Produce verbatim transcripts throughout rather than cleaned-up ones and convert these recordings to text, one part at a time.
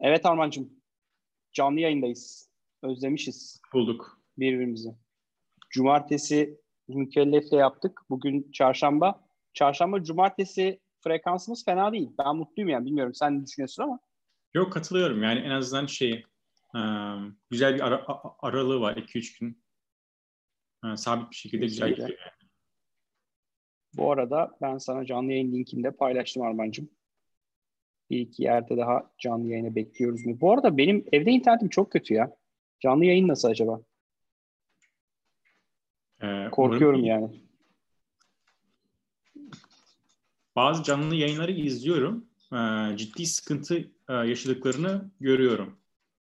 Evet Armancığım, canlı yayındayız. Özlemişiz Bulduk. birbirimizi. Cumartesi mükellefle yaptık. Bugün çarşamba. Çarşamba, cumartesi frekansımız fena değil. Ben mutluyum yani. Bilmiyorum sen ne düşünüyorsun ama. Yok, katılıyorum. Yani en azından şey e, güzel bir ara, a- aralığı var. iki üç gün. E, sabit bir şekilde güzel Kesinlikle. gidiyor. Bu arada ben sana canlı yayın linkini de paylaştım Armancığım. Bir iki yerde daha canlı yayını bekliyoruz mu? Bu arada benim evde internetim çok kötü ya. Canlı yayın nasıl acaba? E, umarım Korkuyorum iyi. yani. Bazı canlı yayınları izliyorum. E, ciddi sıkıntı e, yaşadıklarını görüyorum.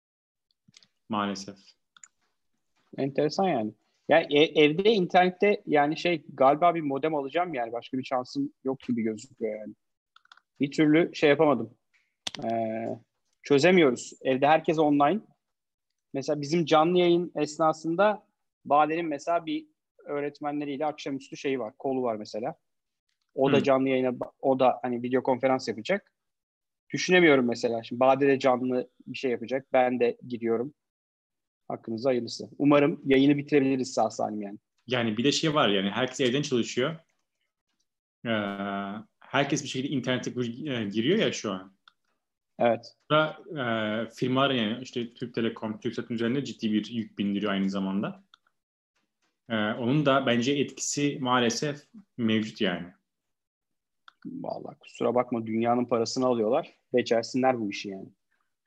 Maalesef. Enteresan yani. Ya e- evde internette yani şey galiba bir modem alacağım yani başka bir şansım yok gibi gözüküyor yani. Bir türlü şey yapamadım. Ee, çözemiyoruz. Evde herkes online. Mesela bizim canlı yayın esnasında Bade'nin mesela bir öğretmenleriyle akşamüstü şeyi var. Kolu var mesela. O da Hı. canlı yayına o da hani video konferans yapacak. Düşünemiyorum mesela. Şimdi Bade de canlı bir şey yapacak. Ben de giriyorum. Hakkınızda hayırlısı. Umarım yayını bitirebiliriz sağ salim yani. Yani bir de şey var, yani herkes evden çalışıyor. E, herkes bir şekilde internete e, giriyor ya şu an. Evet. Da, e, firmalar, yani işte Türk Telekom, TürkSat'ın üzerinde ciddi bir yük bindiriyor aynı zamanda. E, onun da bence etkisi maalesef mevcut yani. Vallahi kusura bakma dünyanın parasını alıyorlar. Becersinler bu işi yani.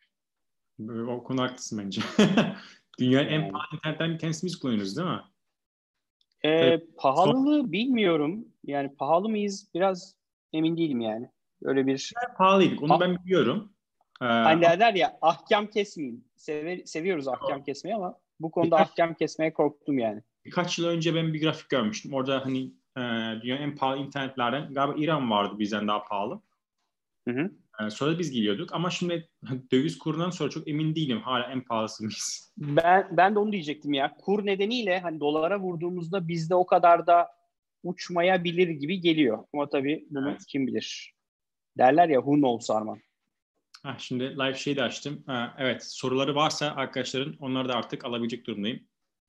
O konu haklısın bence. Dünyanın en Yani. pahalı internetten bir tanesi biz kullanıyoruz, değil mi? Tabii Ee, son pahalılığı bilmiyorum. Yani pahalı mıyız? Biraz emin değilim yani. Öyle bir günler pahalıydık. Onu A- ben biliyorum. Ee, hani ama derler ya ahkam kesmeyin. Sever, seviyoruz ahkam kesmeyi ama bu konuda birkaç, ahkam kesmeye korktum yani. birkaç yıl önce ben bir grafik görmüştüm. Orada hani e, dünyanın en pahalı internetlerden galiba İran vardı bizden daha pahalı. Hı hı. Ee, sonra biz geliyorduk. Ama şimdi döviz kurundan sonra çok emin değilim. Hala en pahalısı mıyız? Ben ben de onu diyecektim ya. Kur nedeniyle hani dolara vurduğumuzda bizde o kadar da uçmayabilir gibi geliyor. Ama tabii bunu Evet. kim bilir. Derler ya who knows Arman. Heh, şimdi live şeyi de açtım. Ha, evet, soruları varsa arkadaşların, onları da artık alabilecek durumdayım.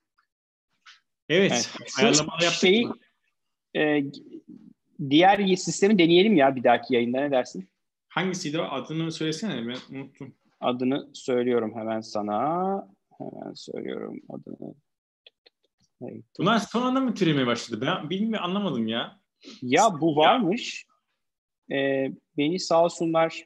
Evet, Evet. Şu ayarlamaları yaptık şeyi mı? e, diğer sistemi deneyelim ya bir dahaki yayında ne dersin? Hangisiydi o? Adını söylesene, ben unuttum. Adını söylüyorum hemen sana. Hemen söylüyorum adını. Neydi? Bunlar son anda mı türemeye başladı? Ben bilmiyorum, anlamadım ya. Ya bu Ya. varmış. Ee, beni sağ olsunlar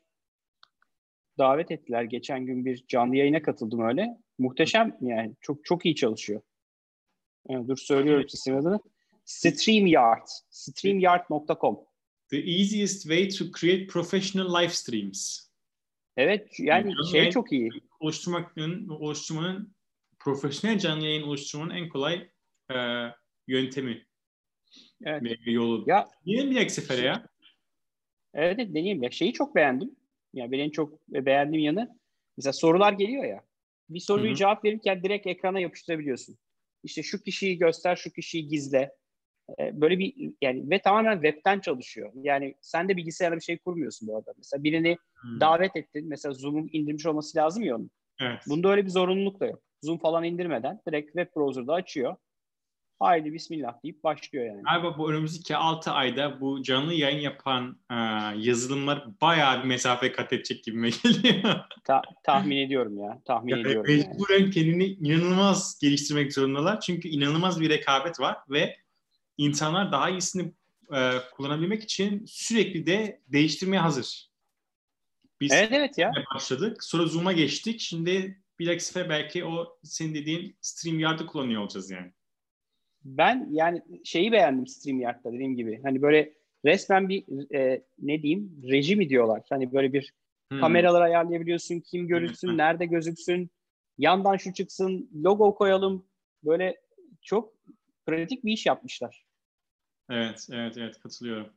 davet ettiler. Geçen gün bir canlı yayına katıldım öyle. Muhteşem yani. Çok çok iyi çalışıyor. Yani dur söylüyorum sistemin adını. StreamYard. The, StreamYard nokta com. the easiest way to create professional live streams. Evet Yani yani canlı şey yayın çok iyi. oluşturmanın, oluşturmanın profesyonel canlı yayın oluşturmanın en kolay e, yöntemi Evet. ve yolu. Ya Yine bir ek sefere şey, ya. evet evet, deneyeyim ya. Şeyi çok beğendim. Yani benim çok beğendiğim yanı mesela sorular geliyor ya. Bir Hı soruyu hı. cevap verirken direkt ekrana yapıştırabiliyorsun. İşte şu kişiyi göster, şu kişiyi gizle. Ee, böyle bir yani ve tamamen webten çalışıyor. Yani sen de bilgisayarda bir şey kurmuyorsun bu arada. Mesela birini Hı. davet ettin. Mesela Zoom'un indirmiş olması lazım ya onun. Evet. Bunda öyle bir zorunluluk da yok. Zoom falan indirmeden direkt web browser'da açıyor. Haydi bismillah deyip başlıyor yani. Galiba bu önümüzdeki altı ayda bu canlı yayın yapan e, yazılımlar bayağı bir mesafe kat edecek gibime geliyor. Ta- tahmin ediyorum ya. Tahmin Yani ediyorum yani. mecburen kendini inanılmaz geliştirmek zorundalar. Çünkü inanılmaz bir rekabet var ve insanlar daha iyisini e, kullanabilmek için sürekli de değiştirmeye hazır. Biz Evet evet ya. başladık, sonra Zoom'a geçtik. Şimdi bir dahaki sefer belki o senin dediğin StreamYard'ı kullanıyor olacağız yani. Ben yani şeyi beğendim StreamYard'da dediğim gibi. Hani böyle resmen bir e, ne diyeyim reji mi diyorlar. Hani böyle bir Hmm. kameraları ayarlayabiliyorsun. Kim gözüksün, nerede gözüksün. Yandan şu çıksın, logo koyalım. Böyle çok pratik bir iş yapmışlar. Evet, evet, evet, katılıyorum.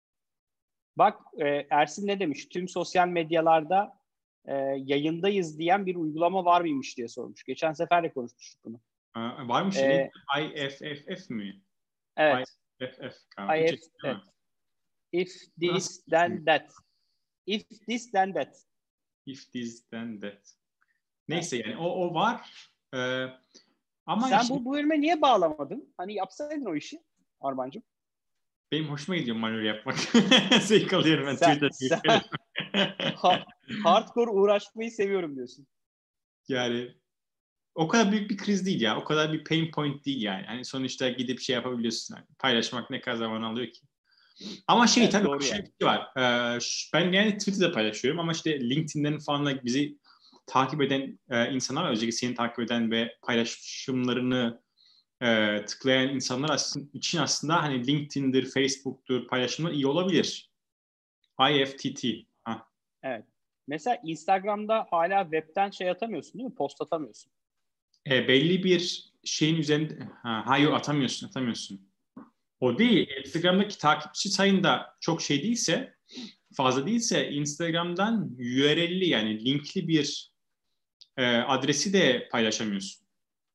Bak e, Ersin ne demiş? Tüm sosyal medyalarda e, yayındayız diyen bir uygulama var mıymış diye sormuş. Geçen sefer de konuşmuştuk bunu. Aa, var mı şey? Ne? E, I F F F mi? evet. I F F galiba. I F, Ücretli değil mi? evet. If Nasıl this düşünüyorsun? then that. If this then that. If this then that. Neyse yani o o var. Ee, ama sen işte, bu bölüme niye bağlamadın? Hani yapsaydın o işi Armancığım. benim hoşuma gidiyor manuel yapmak. Zevk alıyorum ben Sen, Twitter'da. sen ha, hardcore uğraşmayı seviyorum diyorsun. Yani o kadar büyük bir kriz değil ya. O kadar bir pain point değil yani. Hani sonuçta gidip şey yapabiliyorsun. Yani paylaşmak ne kadar zaman alıyor ki? Ama şey Evet, tabii doğru şöyle yani. bir şey var. Ee, ben yani Twitter'da paylaşıyorum ama işte LinkedIn'den falan da bizi takip eden e, insanlar, özellikle seni takip eden ve paylaşımlarını e, tıklayan insanlar aslında, için aslında hani LinkedIn'dir, Facebook'tur paylaşımlar iyi olabilir. I F T T. Ha. Evet. Mesela Instagram'da hala webten şey atamıyorsun değil mi? Post atamıyorsun. E, belli bir şeyin üzerinde... Ha, hayır atamıyorsun, atamıyorsun. O değil. Instagram'daki takipçi sayın da çok şey değilse, fazla değilse Instagram'dan U R L'li yani linkli bir e, adresi de paylaşamıyorsun.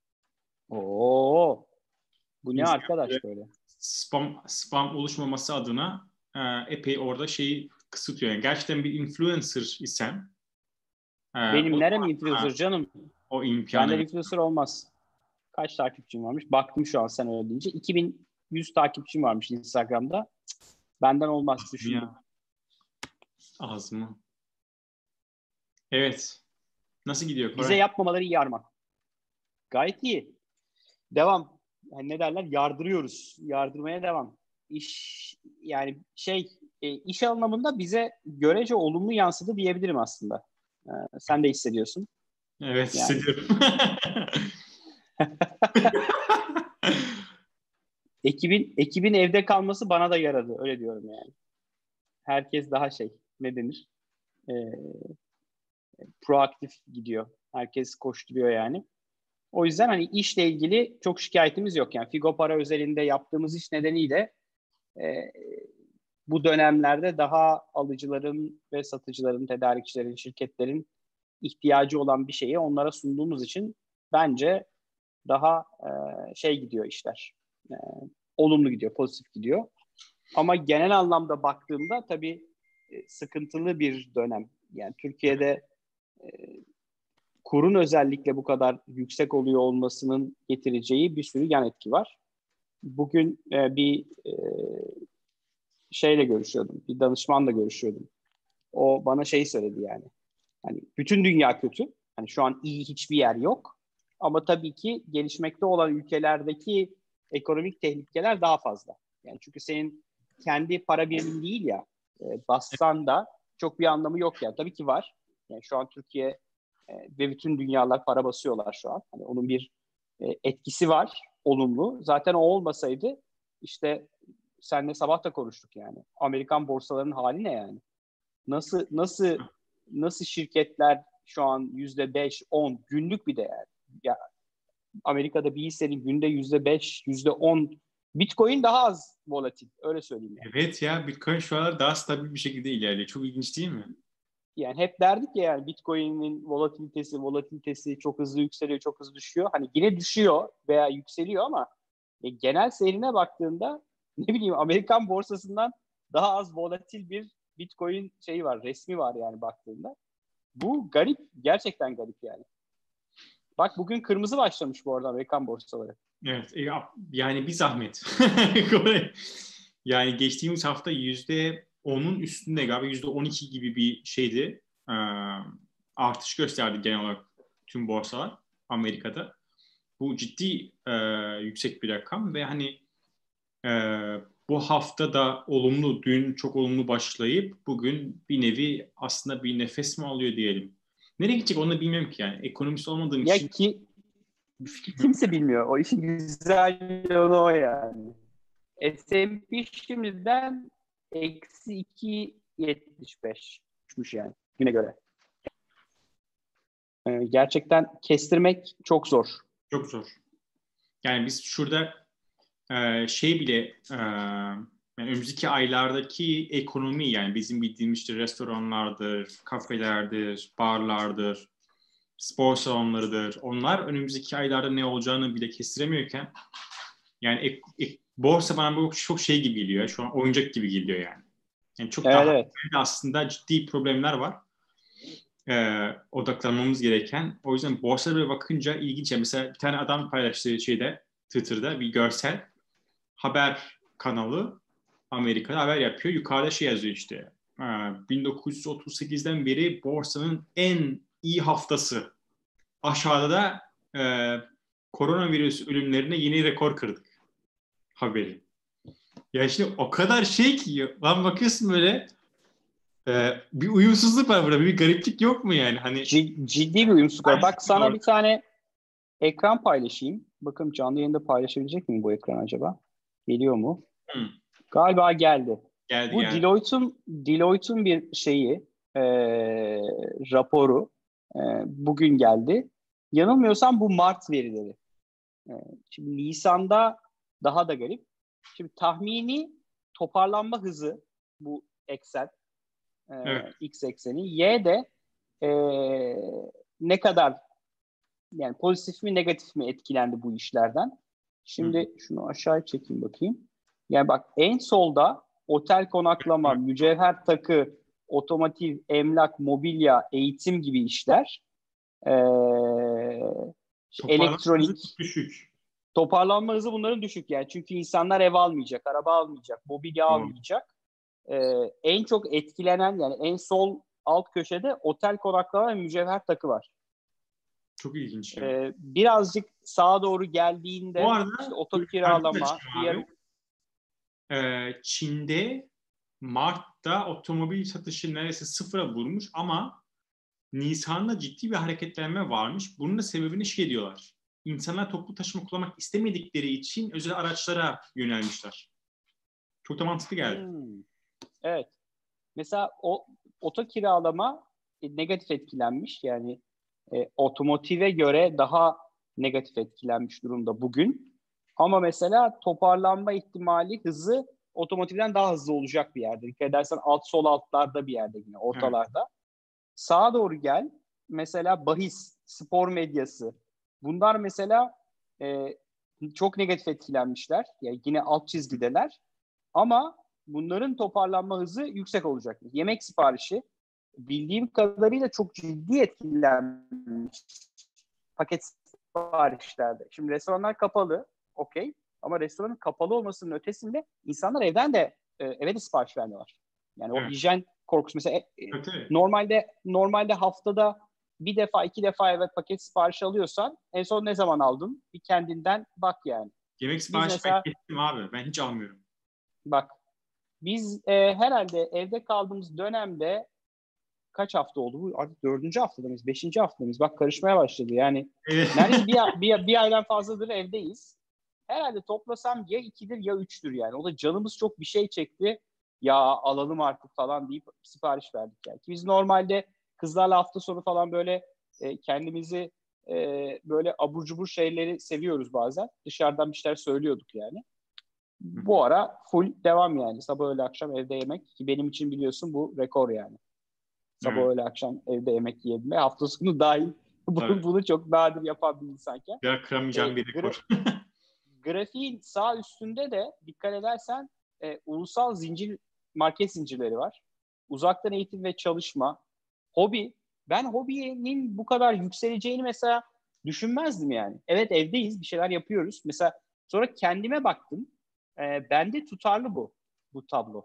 Oo, bu ne Instagram'da arkadaş böyle? spam spam oluşmaması adına e, epey orada şeyi kısıtlıyor. Yani gerçekten bir influencer isen e, Benim o nerem zaman influencer sana canım? o imkanı Benden ver. influencer olmaz. Kaç takipçim varmış? Baktım şu an sen öyle deyince. iki bin yüz takipçim varmış Instagram'da. Cık, benden olmaz düşündüm. Ya, ağzıma. Evet. Nasıl gidiyor Bize Koray? yapmamaları iyi Arman. Gayet iyi. Devam. Yani ne derler? Yardırıyoruz. Yardırmaya devam. İş yani şey e, iş anlamında bize görece olumlu yansıdı diyebilirim aslında. Ee, sen de hissediyorsun. Evet, Yani hissediyorum. ekibin ekibin evde kalması bana da yaradı. Öyle diyorum yani. Herkes daha şey ne denir? Ee, proaktif gidiyor. Herkes koşturuyor yani. O yüzden hani işle ilgili çok şikayetimiz yok. Yani Figo Para özelinde yaptığımız iş nedeniyle e, bu dönemlerde daha alıcıların ve satıcıların, tedarikçilerin, şirketlerin ihtiyacı olan bir şeyi onlara sunduğumuz için bence daha e, şey gidiyor işler. E, olumlu gidiyor, pozitif gidiyor. Ama genel anlamda baktığımda tabii e, sıkıntılı bir dönem. Yani Türkiye'de e, kurun özellikle bu kadar yüksek oluyor olmasının getireceği bir sürü yan etki var. Bugün e, bir e, şeyle görüşüyordum, bir danışmanla görüşüyordum. O bana şey söyledi yani. Hani bütün dünya kötü. Hani şu an iyi hiçbir yer yok. Ama tabii ki gelişmekte olan ülkelerdeki ekonomik tehlikeler daha fazla. Yani çünkü senin kendi para birimin değil ya, e, bassan da çok bir anlamı yok yani. Tabii ki var. Yani şu an Türkiye e, ve bütün dünyalar para basıyorlar şu an. Hani onun bir e, etkisi var, olumlu. Zaten o olmasaydı işte seninle sabah da konuştuk yani. Amerikan borsalarının hali ne yani? Nasıl nasıl nasıl şirketler şu an yüzde beş, on günlük bir değer. Ya Amerika'da bir hissenin günde yüzde beş, yüzde on, Bitcoin daha az volatil. Öyle söyleyeyim yani. Evet ya, Bitcoin şu aralar daha stabil bir şekilde ilerliyor. Çok ilginç değil mi? Yani hep derdik ya yani Bitcoin'in volatilitesi, volatilitesi çok hızlı yükseliyor, çok hızlı düşüyor. Hani yine düşüyor veya yükseliyor ama e, genel seyrine baktığında ne bileyim Amerikan borsasından daha az volatil bir Bitcoin şeyi var, resmi var yani baktığında. Bu garip, gerçekten garip yani. Bak bugün kırmızı başlamış bu arada Amerikan borsaları. Evet. e, Yani bir zahmet. Yani geçtiğimiz hafta yüzde onun üstünde galiba yüzde on iki gibi bir şeydi. Ee, artış gösterdi genel olarak tüm borsalar Amerika'da. Bu ciddi e, yüksek bir rakam ve hani e, bu hafta da olumlu, dün çok olumlu başlayıp bugün bir nevi aslında bir nefes mi alıyor diyelim. Nereye gidecek onu da bilmiyorum ki yani. Ekonomist olmadığım Ya için. ki kimse bilmiyor. O işin güzel yanı o yani. S and P şimdiden eksi iki yetmiş beş düşmüş yani güne göre. Ee, gerçekten kestirmek çok zor. Çok zor. Yani biz şurada e, şey bile e, yani önümüzdeki aylardaki ekonomi, yani bizim bildiğimiz işte restoranlardır, kafelerdir, barlardır, spor salonlarıdır. Onlar önümüzdeki aylarda ne olacağını bile kestiremiyorken yani ek, ek, borsa bana bu çok şey gibi geliyor. Şu an oyuncak gibi geliyor yani. Yani çok Evet, daha evet. aslında ciddi problemler var. e, odaklanmamız gereken. O yüzden borsalara bakınca ilginç. Mesela bir tane adam paylaştığı şeyde Twitter'da bir görsel haber kanalı Amerika'da haber yapıyor. Yukarıda şey yazıyor işte. E, bin dokuz yüz otuz sekizden beri borsanın en iyi haftası. Aşağıda da e, koronavirüs ölümlerine yeni rekor kırdık haberi. Ya şimdi o kadar şey ki lan bakıyorsun böyle e, bir uyumsuzluk var burada. Bir gariplik yok mu yani? Hani Cid- ciddi bir uyumsuzluk var. Bak sana bir tane ekran paylaşayım. Bakın canlı yayında paylaşabilecek miyim bu ekran acaba? Geliyor mu? Hı. Galiba geldi. Geldi Bu geldi. Deloitte'un Deloitte'un bir şeyi e, raporu e, bugün geldi. Yanılmıyorsam bu Mart verileri. E, şimdi Nisan'da daha da garip. Şimdi tahmini toparlanma hızı bu Excel e, Evet. X ekseni. Y de e, ne kadar yani pozitif mi negatif mi etkilendi bu işlerden? Şimdi Hı. şunu aşağı çekeyim bakayım. Yani bak en solda otel konaklama, mücevher takı, otomotiv, emlak, mobilya, eğitim gibi işler. Ee, elektronik. Düşük. Toparlanma hızı bunların düşük yani. Çünkü insanlar ev almayacak, araba almayacak, mobilya hmm. almayacak. Ee, en çok etkilenen yani en sol alt köşede otel konaklama ve mücevher takı var. Çok ilginç ya. Ee, birazcık sağa doğru geldiğinde bu arada, işte oto kiralama, diğer... Ee, Çin'de Mart'ta otomobil satışı neredeyse sıfıra vurmuş ama Nisan'da ciddi bir hareketlenme varmış. Bunun da sebebini şey diyorlar. İnsanlar toplu taşıma kullanmak istemedikleri için özel araçlara yönelmişler. Çok da mantıklı geldi. Hmm. Evet. Mesela o oto kiralama e, negatif etkilenmiş. Yani e, otomotive göre daha negatif etkilenmiş durumda bugün. Ama mesela toparlanma ihtimali hızı otomotivden daha hızlı olacak bir yerde. Dikkat edersen alt sol altlarda bir yerde yine ortalarda. Evet. Sağa doğru gel. Mesela bahis, spor medyası. Bunlar mesela e, çok negatif etkilenmişler. Yani yine alt çizgideler. Ama bunların toparlanma hızı yüksek olacak. Yemek siparişi bildiğim kadarıyla çok ciddi etkilenmiş paket siparişlerde. Şimdi restoranlar kapalı, okey. Ama restoranın kapalı olmasının ötesinde insanlar evden de e, eve de sipariş vermiyorlar. Yani evet. O hijyen korkusu mesela e, evet. normalde normalde haftada bir defa iki defa eve paket sipariş alıyorsan en son ne zaman aldın? Bir kendinden bak yani. Yemek siparişi mesela, ben kestim abi. Ben hiç almıyorum. Bak biz e, herhalde evde kaldığımız dönemde kaç hafta oldu bu? Artık dördüncü haftada mıyız? Beşinci haftada mıyız? Bak karışmaya başladı. Yani neredeyse bir, bir, bir aydan fazladır evdeyiz. Herhalde toplasam ya ikidir ya üçtür yani. O da canımız çok bir şey çekti. Ya alalım artık falan deyip sipariş verdik yani. Ki biz normalde kızlarla hafta sonu falan böyle e, kendimizi e, böyle abur cubur şeyleri seviyoruz bazen. Dışarıdan bir şeyler söylüyorduk yani. Bu ara full devam yani. Sabah öğle akşam evde yemek. Ki benim için biliyorsun bu rekor yani. Sabah evet. öğle akşam evde yemek yiyebilme. Hafta sonu dahil bunu, evet. bunu çok nadir yapan bir insanken. Ya kıramayacağım ee, bir rekor. Gra- grafiğin sağ üstünde de dikkat edersen e, ulusal zincir market zincirleri var. Uzaktan eğitim ve çalışma. Hobi. Ben hobinin bu kadar yükseleceğini mesela düşünmezdim yani. Evet evdeyiz bir şeyler yapıyoruz. Mesela sonra kendime baktım. E, bende tutarlı bu. Bu tablo.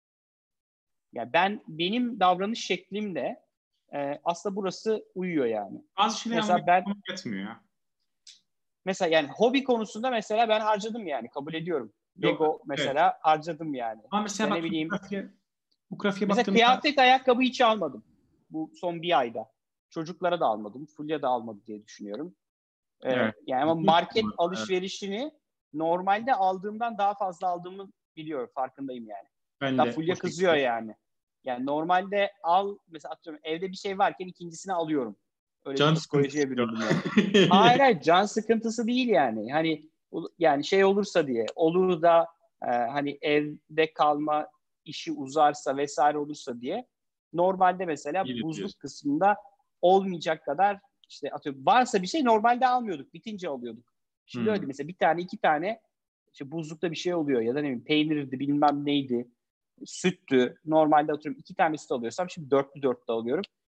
Yani ben benim davranış şeklimle e, aslında burası uyuyor yani. Bazı şeyler mesela ben yetmiyor ya. Mesela yani hobi konusunda mesela ben harcadım yani kabul ediyorum. Lego Yok, mesela evet. harcadım yani. Ama mesela bak, ne bileyim. Bu grafiğe, bu grafiğe mesela baktığımda... kıyafet ayakkabı hiç almadım. Bu son bir ayda. Çocuklara da almadım. Fulya da almadı diye düşünüyorum. Ee, evet. Yani ama market evet. alışverişini normalde aldığımdan daha fazla aldığımı biliyorum. Farkındayım yani. Ben Hatta de. Fulya kızıyor yani. Yani normalde al mesela atıyorum evde bir şey varken ikincisini alıyorum. Öyle can bir psikolojiye büründüm yani. hayır hayır can sıkıntısı değil yani. Hani yani şey olursa diye olur da e, hani evde kalma işi uzarsa vesaire olursa diye normalde mesela İyi buzluk diyorsun. Kısmında olmayacak kadar işte atıyorum varsa bir şey normalde almıyorduk. Bitince alıyorduk. Şimdi hmm. öyle mesela bir tane iki tane işte buzlukta bir şey oluyor ya da ne bileyim peynirdi bilmem neydi süttü. Normalde atıyorum iki tane süt alıyorsam şimdi dörtlü dörtlü alıyorum.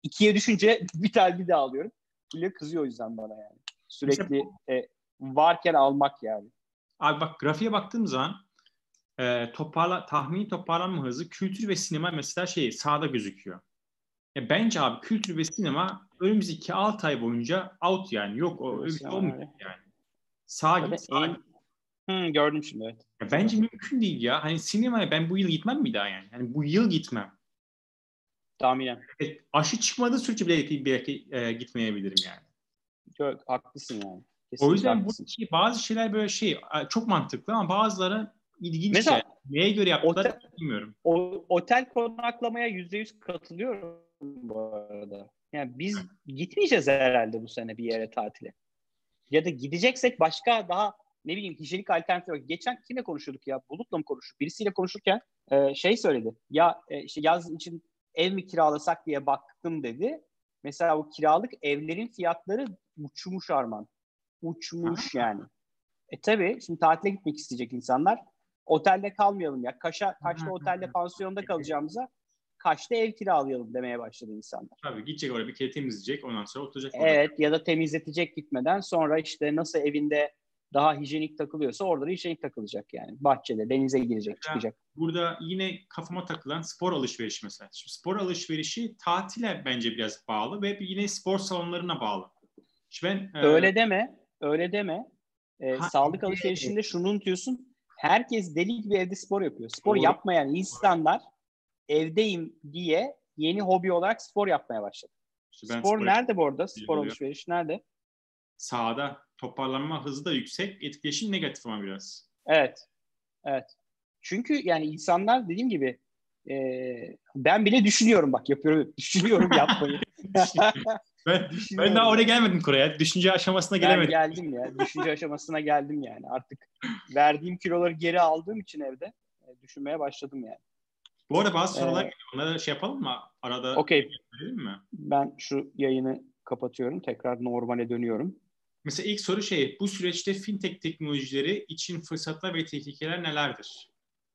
ikiye düşünce bir tane bir daha alıyorum. Bile kızıyor o yüzden bana yani. Sürekli e, varken almak yani. Abi bak grafiğe baktığım zaman e, toparla, tahmini toparlanma hızı kültür ve sinema mesela şey sağda gözüküyor. Ya bence abi kültür ve sinema önümüzdeki altı ay boyunca out yani. Yok o öyle bir şey olmayacak yani. Sağa Zaten git sağa en... git. Hı, gördüm şimdi evet. Ya bence mümkün değil ya. Hani sinemaya ben bu yıl gitmem bir daha yani. Yani bu yıl gitmem. Tahminen. E, aşı çıkmadığı sürece belki, belki e, gitmeyebilirim yani. Yok, haklısın yani. O Kesinlikle yüzden bu haklısın. şey, bazı şeyler böyle şey e, çok mantıklı ama bazıları ilginç yani. Mesela Neye göre yaptılar otel, bilmiyorum. o, otel konaklamaya yüzde yüz katılıyorum bu arada. Yani biz gitmeyeceğiz herhalde bu sene bir yere tatile. Ya da gideceksek başka daha ne bileyim hijyenik alternatif yok. Geçen kimle konuşuyorduk ya? Bulut'la mı konuştuk? Birisiyle konuşurken e, şey söyledi. Ya e, işte yaz için ev mi kiralasak diye baktım dedi. Mesela o kiralık evlerin fiyatları uçmuş Arman. Uçmuş yani. E tabii şimdi tatile gitmek isteyecek insanlar. Otelde kalmayalım ya. Kaş'a, Kaş'ta otelde pansiyonda kalacağımıza Kaş'ta ev kiralayalım demeye başladı insanlar. Tabii gidecek oraya bir kere temizleyecek ondan sonra oturacak orada. Evet ya da temizletecek gitmeden sonra işte nasıl evinde daha hijyenik takılıyorsa orada da hijyenik takılacak yani. Bahçede denize girecek, Mesela çıkacak. burada yine kafama takılan spor alışverişi mesela. Şimdi spor alışverişi tatile bence biraz bağlı ve yine spor salonlarına bağlı. Şimdi ben e, Öyle deme, öyle deme. Ee, ha, sağlık e, alışverişinde şunu unutuyorsun. Herkes deli gibi evde spor yapıyor. Spor doğru. yapmayan insanlar evdeyim diye yeni hobi olarak spor yapmaya başladı. İşte ben Spor spor nerede bu arada? Spor oluyor. alışveriş nerede? Sağda toparlanma hızı da yüksek, etkileşim negatif ama biraz. Evet, evet. Çünkü yani insanlar dediğim gibi e, ben bile düşünüyorum bak yapıyorum. Düşünüyorum yapmayı. Ben, ben daha Düşünüyorum oraya yani. gelmedim Kore'ye. Düşünce aşamasına Ben gelemedim. geldim ya. Düşünce aşamasına geldim yani. Artık verdiğim kiloları geri aldığım için evde e, düşünmeye başladım yani. Bu arada bazı sorular Ee, geliyor. Onlara şey yapalım mı? Arada Okey. verelim mi? Ben şu yayını kapatıyorum. Tekrar normale dönüyorum. Mesela ilk soru şey, bu süreçte fintech teknolojileri için fırsatlar ve tehlikeler nelerdir?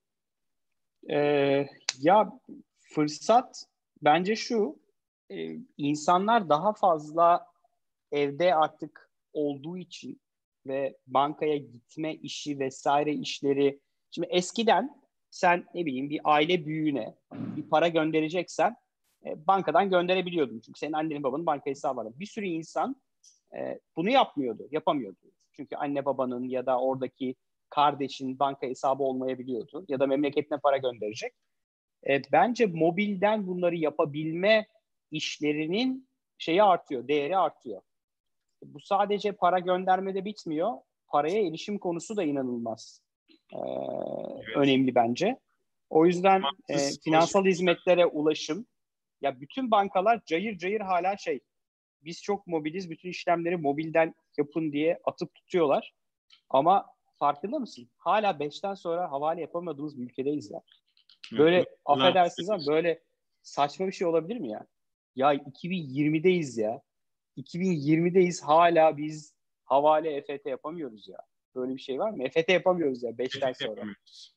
Ee, ya fırsat bence şu. e, insanlar daha fazla evde artık olduğu için ve bankaya gitme işi vesaire işleri. Şimdi eskiden sen ne bileyim bir aile büyüğüne bir para göndereceksen e, bankadan gönderebiliyordun. Çünkü senin annenin babanın banka hesabı vardı. Bir sürü insan e, bunu yapmıyordu, yapamıyordu. Çünkü anne babanın ya da oradaki kardeşin banka hesabı olmayabiliyordu. Ya da memleketine para gönderecek. E, bence mobilden bunları yapabilme işlerinin şeyi artıyor, değeri artıyor. Bu sadece para göndermede bitmiyor. Paraya erişim konusu da inanılmaz e, Evet. önemli bence. O yüzden e, Mantıksız finansal hizmetlere ulaşım, ya bütün bankalar cayır cayır hala şey, biz çok mobiliz, bütün işlemleri mobilden yapın diye atıp tutuyorlar. Ama farkında mısın? Hala beşten sonra havale yapamadığımız bir ülkedeyiz ya. Evet, bunu Böyle yıllar affedersiniz ama böyle saçma bir şey olabilir mi ya? Ya iki bin yirmideyiz ya. iki bin yirmideyiz hala biz havale E F T yapamıyoruz ya. Böyle bir şey var mı? E F T yapamıyoruz ya beşten efekt sonra. yapamıyoruz.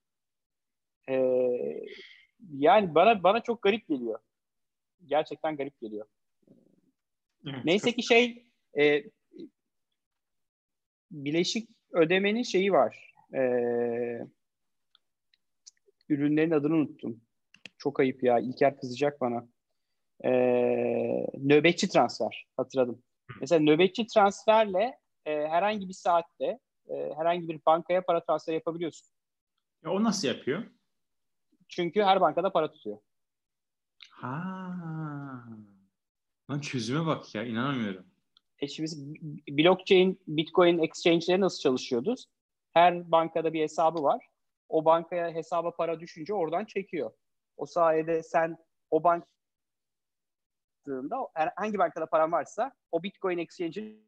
Ee, yani bana bana çok garip geliyor. Gerçekten garip geliyor. Evet, Neyse ki şey e, bileşik ödemenin şeyi var. Ee, ürünlerin adını unuttum. Çok ayıp ya. İlker kızacak bana. Ee, nöbetçi transfer. Hatırladım. Mesela nöbetçi transferle e, herhangi bir saatte e, herhangi bir bankaya para transferi yapabiliyorsun. ya o nasıl yapıyor? Çünkü her bankada para tutuyor. Ha. Lan çözüme bak ya inanamıyorum. E şimdi blockchain, Bitcoin exchange'leri nasıl çalışıyordu? Her bankada bir hesabı var. O bankaya hesaba para düşünce oradan çekiyor. O sayede sen o bankada hangi bankada paran varsa o Bitcoin exchange'in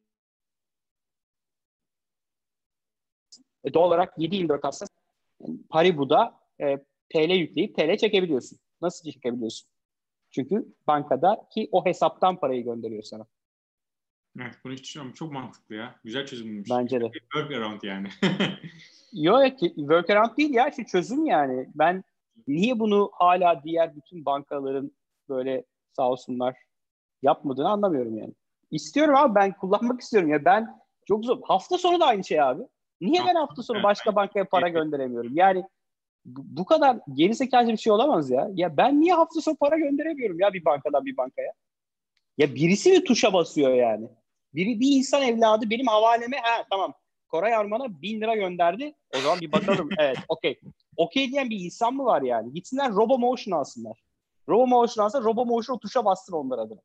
e, doğal olarak yedi yirmi dört hafta yani Paribu'da e, T L yükleyip T L çekebiliyorsun. Nasıl çekebiliyorsun? Çünkü bankadaki o hesaptan parayı gönderiyor sana. Evet bunu hiç düşünüyorum. Çok mantıklı ya. Güzel çözüm bulmuş. Bence Güzel de. bir workaround yani. Yok, workaround değil ya. Şu çözüm yani. Ben niye bunu hala diğer bütün bankaların böyle sağ olsunlar Yapmadığını anlamıyorum yani. İstiyorum abi, ben kullanmak istiyorum ya. Ben çok zor. Hafta sonu da aynı şey abi. Niye ben hafta sonu başka bankaya para gönderemiyorum? Yani bu, bu kadar gerizekalı bir şey olamaz ya. Ya ben niye hafta sonu para gönderemiyorum ya bir bankadan bir bankaya? Ya birisi mi tuşa basıyor yani? Biri, bir insan evladı benim havaleme, ha tamam, Koray Arman'a bin lira gönderdi. O zaman bir bakalım. Evet, okey. Okey diyen bir insan mı var yani? Gitsinler RoboMotion alsınlar. RoboMotion alsa RoboMotion o tuşa bassın onlar adına.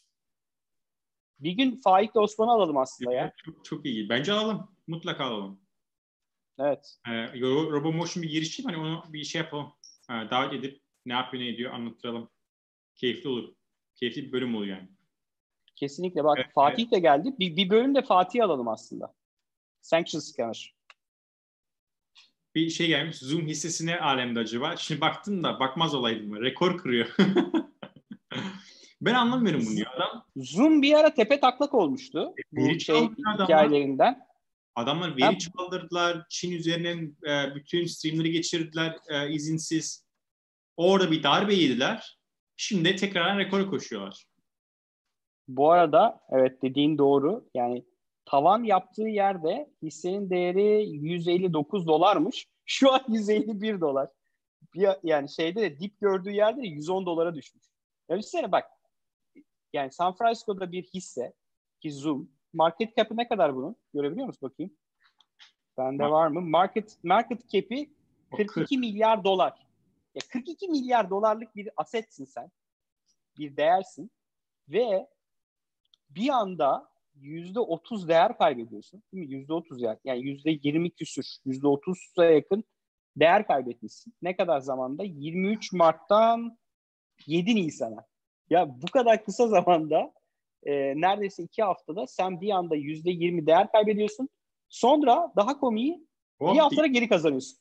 Bir gün Faik Osman'ı alalım aslında ya. Çok, çok iyi. Bence alalım. Mutlaka alalım. Evet. Ee, RoboMotion bir girişim. Hani onu bir şey yapalım. Ee, davet edip ne yapıyor ne ediyor anlattıralım. Keyifli olur. Keyifli bir bölüm olur yani. Kesinlikle. Bak Evet, Fatih evet. de geldi. Bir, bir bölüm de Fatih'i alalım aslında. Sanction Scanner. Bir şey gelmiş. Zoom hissesi ne alemde acaba? Şimdi baktım da bakmaz olaydım mı? Rekor kırıyor. Ben anlamıyorum bunu ya. Adam Zoom bir ara tepe taklak olmuştu. Bu veri şey çaldırıyor adamlar. hikayelerinden. Adamlar Ha, veri çaldırdılar. Çin üzerinden e, bütün streamleri geçirdiler e, izinsiz. Orada bir darbe yediler. Şimdi de tekrardan rekora koşuyorlar. bu arada evet, dediğin doğru. Yani tavan yaptığı yerde hissenin değeri yüz elli dokuz dolarmış. Şu an yüz elli bir dolar. Bir, yani şeyde de dip gördüğü yerde de yüz on dolara düşmüş. Ya düşünsene bak. Yani San Francisco'da bir hisse ki Zoom. Market cap'i ne kadar bunun? Görebiliyor musun bakayım? Bende var mı? Market market cap'i O kırk iki milyar dolar. Ya kırk iki milyar dolarlık bir asetsin sen. Bir değersin. Ve bir anda yüzde otuz değer kaybediyorsun. Değil mi? yüzde otuz yani. Yani yüzde yirmi küsür, yüzde otuza yakın değer kaybetmişsin. Ne kadar zamanda? yirmi üç Mart'tan yedi Nisan'a. Ya bu kadar kısa zamanda e, neredeyse iki haftada sen bir anda yüzde yirmi değer kaybediyorsun. Sonra daha komiği bir hop haftada geri kazanıyorsun.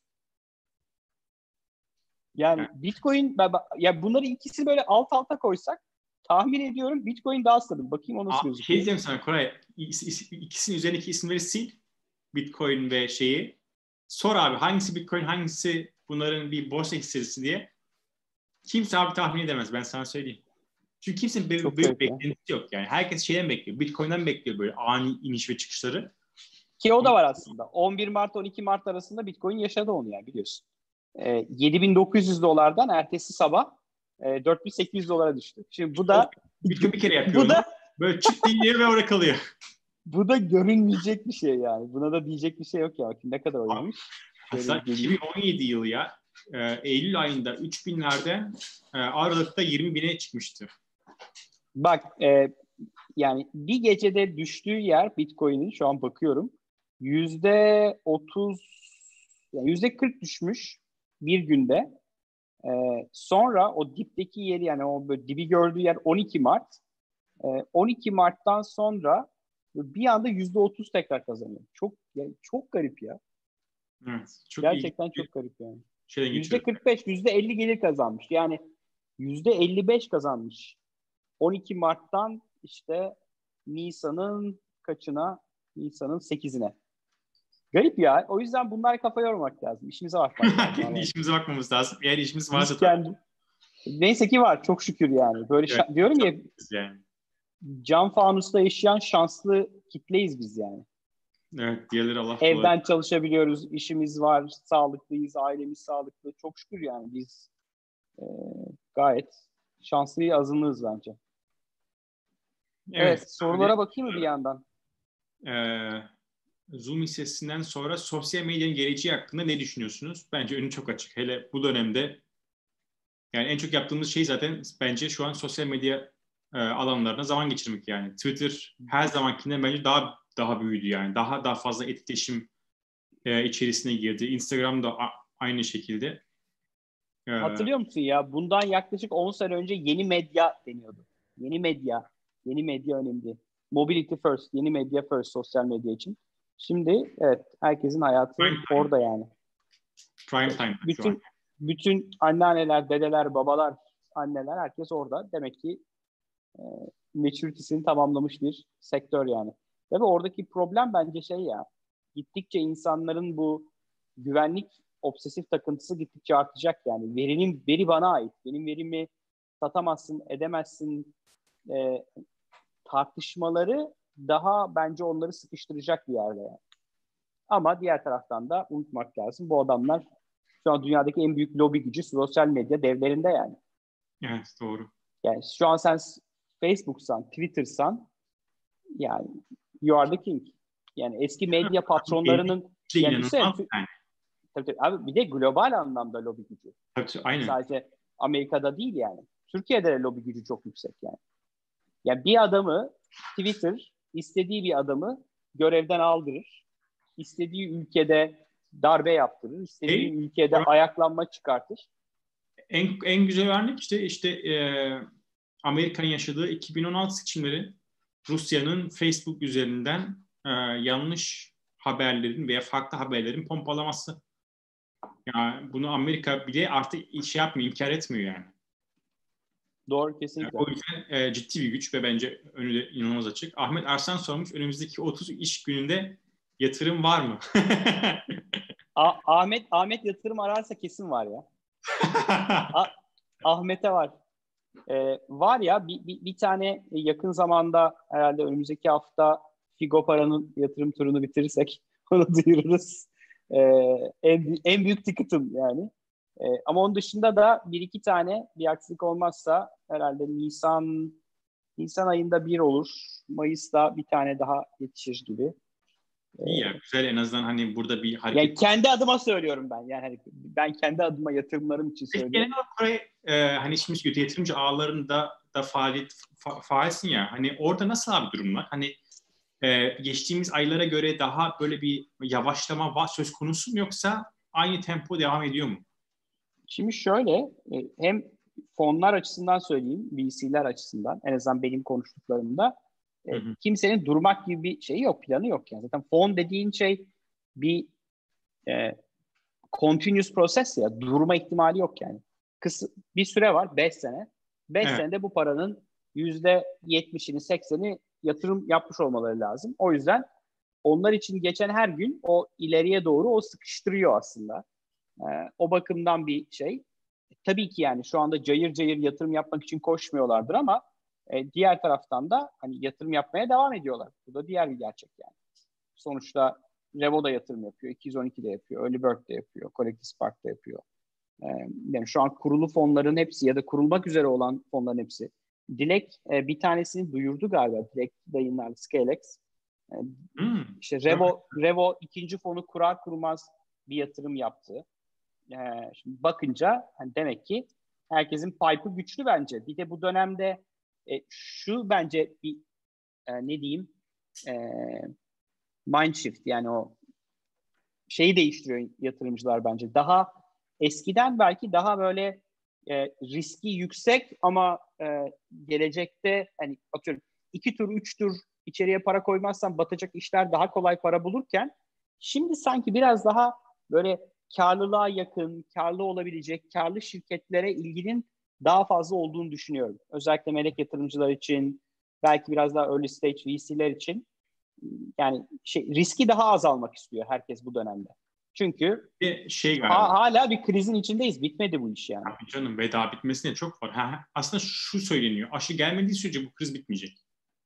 Yani yani, Bitcoin, ya bunları ikisi böyle alt alta koysak tahmin ediyorum Bitcoin daha stabil. Bakayım o nasıl a- şey gözüküyor. diyeceğim sana Koray. İs- is- İkisinin üzerindeki isimleri sil. Bitcoin ve şeyi. Sor abi hangisi Bitcoin hangisi bunların bir borsa hissesi diye. Kimse abi tahmin edemez ben sana söyleyeyim. Çünkü kimsenin böyle, Çok böyle bir garip ya. beklentisi yok yani. Herkes şeyden bekliyor. Bitcoin'den bekliyor böyle ani iniş ve çıkışları. Ki o Ama da var aslında. on bir Mart on iki Mart arasında Bitcoin yaşadı onu yani, biliyorsun. E, yedi bin dokuz yüz dolardan ertesi sabah e, dört bin sekiz yüz dolara düştü. Şimdi bu da Bitcoin bir kere yapıyor bu onu. da Böyle çık diye ve orada kalıyor. bu da görünmeyecek bir şey yani. Buna da diyecek bir şey yok ya. Bakayım ne kadar oynamış. Şöyle Mesela bir geleyim. iki bin on yedi yılı ya e, Eylül ayında üç binlerde e, Aralık'ta yirmi bine çıkmıştı. Bak e, yani bir gecede düştüğü yer Bitcoin'in, şu an bakıyorum, yüzde otuz, yani yüzde kırk düşmüş bir günde. E, sonra o dipteki yeri, yani o böyle dibi gördüğü yer on iki Mart. E, on iki Mart'tan sonra bir anda yüzde otuz tekrar kazanıyor. Çok yani çok garip ya. Evet, çok ilginç Gerçekten bir çok garip yani. şeyden Yüzde geçiyoruz. kırk beş, yüzde elli gelir kazanmış. Yani yüzde elli beş kazanmış. on iki Mart'tan işte Nisan'ın kaçına? Nisan'ın sekizine. Garip ya. O yüzden bunlar kafa yormak lazım. İşimize bakmak lazım. Kendi Vallahi. işimize bakmamız lazım. Eğer işimiz varsa Biz tabii. kendi... Neyse ki var. Çok şükür yani. Böyle Evet, şa- diyorum çok ya, iyiyiz yani. cam fanusta yaşayan şanslı kitleyiz biz yani. Evet, diğerleri Allah kolaylık. Evden çalışabiliyoruz. İşimiz var. Sağlıklıyız. Ailemiz sağlıklı. Çok şükür yani biz e, gayet şanslı azınlığız bence. Evet, Evet. ben de Sorulara bakayım mı bir yandan? e, Zoom hissesinden sonra sosyal medyanın geleceği hakkında ne düşünüyorsunuz? Bence önü çok açık. Hele bu dönemde yani en çok yaptığımız şey zaten bence şu an sosyal medya e, alanlarına zaman geçirmek yani. Twitter her zamankinden bence daha daha büyüdü yani. Daha daha fazla etkileşim e, içerisine girdi. Instagram da a- aynı şekilde. E, Hatırlıyor musun ya? Bundan yaklaşık on sene önce yeni medya deniyordu. Yeni medya. Yeni medya önemli. Mobility first. Yeni medya first sosyal medya için. Şimdi evet, herkesin hayatı prime, orada yani. prime time şu an. Bütün bütün anneanneler, dedeler, babalar, anneler, herkes orada. Demek ki e, maturity'sini tamamlamış bir sektör yani. Tabii oradaki problem bence şey ya. Gittikçe insanların bu güvenlik obsesif takıntısı gittikçe artacak yani. Verinin veri bana ait. Benim verimi satamazsın, edemezsin. E, tartışmaları daha bence onları sıkıştıracak bir yerde yani. Ama diğer taraftan da unutmak lazım. Bu adamlar şu an dünyadaki en büyük lobi gücü sosyal medya devlerinde yani. Evet, doğru. Yani şu an sen Facebook'san, Twitter'san yani you are the king. Yani eski medya patronlarının şey yani inanılmaz düşünsene, yani. tabii, tabii, abi bir de global anlamda lobi gücü. Tabii, aynen. Sadece Amerika'da değil yani. Türkiye'de de lobi gücü çok yüksek yani. Yani bir adamı Twitter istediği bir adamı görevden aldırır. İstediği ülkede darbe yaptırır. İstediği Hey, ülkede ayaklanma çıkartır. En, en güzel örnek işte işte e, Amerika'nın yaşadığı iki bin on altı seçimleri, Rusya'nın Facebook üzerinden e, yanlış haberlerin veya farklı haberlerin pompalaması. Yani bunu Amerika bile artık şey yapmıyor, inkar etmiyor yani. Doğru, Yani kesinlikle. o yüzden e, ciddi bir güç ve bence önü de inanılmaz açık. Ahmet Arslan sormuş, önümüzdeki otuz iş gününde yatırım var mı? A- Ahmet Ahmet yatırım ararsa kesin var ya. A- Ahmet'e var. Ee, var ya bir, bir, bir tane yakın zamanda herhalde önümüzdeki hafta Figo Para'nın yatırım turunu bitirirsek onu duyururuz. Ee, en, en büyük ticket'ım yani. Ee, ama onun dışında da bir iki tane bir aksilik olmazsa herhalde Nisan Nisan ayında bir olur. Mayıs'ta bir tane daha yetişir gibi. İyi ya, güzel, en azından hani burada bir Yani hareket. kendi adıma söylüyorum ben. Yani hani ben kendi adıma yatırımlarım için Peki söylüyorum. genel olarak oraya, e, hani şimdi yatırımcı ağlarında da faaliyet fa, faalsin ya, hani orada nasıl abi durumlar? Hani e, geçtiğimiz aylara göre daha böyle bir yavaşlama var, söz konusu mu, yoksa aynı tempo devam ediyor mu? Şimdi şöyle e, hem fonlar açısından söyleyeyim, V C'ler açısından en azından benim konuştuklarımda e, Hı hı. kimsenin durmak gibi bir şeyi yok, planı yok yani. Zaten fon dediğin şey bir e, continuous process ya, durma ihtimali yok yani. Kısa, bir süre var, beş sene. beş Evet. senede bu paranın yüzde yetmişini seksenini yatırım yapmış olmaları lazım. O yüzden onlar için geçen her gün o ileriye doğru o sıkıştırıyor aslında. Ee, o bakımdan bir şey. Tabii ki yani şu anda cayır cayır yatırım yapmak için koşmuyorlardır ama e, diğer taraftan da hani yatırım yapmaya devam ediyorlar. Bu da diğer bir gerçek yani. Sonuçta Revo da yatırım yapıyor, iki yüz on iki de yapıyor, Early Bird de yapıyor, Collective Spark da yapıyor. Ee, yani şu an kurulu fonların hepsi ya da kurulmak üzere olan fonların hepsi. Dilek e, bir tanesini duyurdu galiba. Dilek dayınlar, Scalex. E, Hmm. işte Revo, Revo ikinci fonu kurar kurmaz bir yatırım yaptı. E, şimdi bakınca hani demek ki herkesin pipe'ı güçlü bence. Bir de bu dönemde e, şu bence bir e, ne diyeyim e, mind shift yani o şeyi değiştiriyor yatırımcılar bence. Daha eskiden belki daha böyle e, riski yüksek ama e, gelecekte hani atıyorum iki tur üç tur içeriye para koymazsan batacak işler daha kolay para bulurken şimdi sanki biraz daha böyle karlılığa yakın, karlı olabilecek, karlı şirketlere ilginin daha fazla olduğunu düşünüyorum. Özellikle melek yatırımcılar için, belki biraz daha early stage V C'ler için yani şey, riski daha azalmak istiyor herkes bu dönemde. Çünkü Bir şey ha, galiba. hala bir krizin içindeyiz. Bitmedi bu iş yani. Abi canım, ve daha bitmesine çok var. Ha, aslında şu söyleniyor: aşı gelmediği sürece bu kriz bitmeyecek.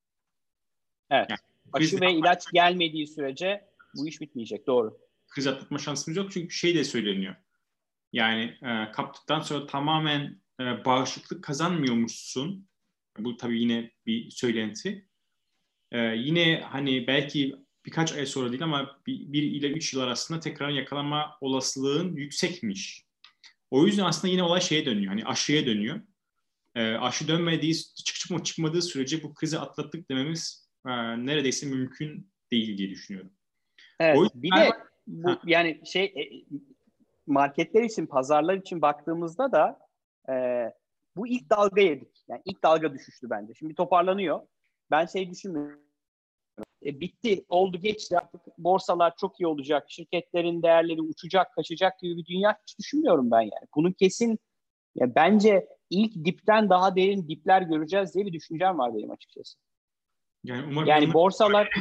Evet. Yani kriz, Aşı ve ilaç gelmediği sürece bu iş bitmeyecek. Doğru. kriz atlatma şansımız yok, çünkü şey de söyleniyor. Yani e, kaptıktan sonra tamamen e, bağışıklık kazanmıyormuşsun. Bu tabii yine bir söylenti. E, yine hani belki birkaç ay sonra değil ama bir, bir ile üç yıl arasında tekrar yakalanma olasılığın yüksekmiş. O yüzden aslında yine olay şeye dönüyor. Hani aşıya dönüyor. E, aşı dönmediği, çık çıkma çıkmadığı sürece bu krizi atlattık dememiz e, neredeyse mümkün değil diye düşünüyorum. O Evet. yüzden Bir galiba, de ha, bu yani şey e, marketler için, pazarlar için baktığımızda da e, bu ilk dalga yedik. Yani ilk dalga düşüştü bence. Şimdi toparlanıyor. Ben şey düşünmüyorum. E, bitti, oldu, geçti artık. Borsalar çok iyi olacak. Şirketlerin değerleri uçacak, kaçacak gibi bir dünya hiç düşünmüyorum ben yani. Bunun kesin ya bence ilk dipten daha derin dipler göreceğiz diye bir düşüncem var benim açıkçası. yani umarım Yani yanılır. borsalar,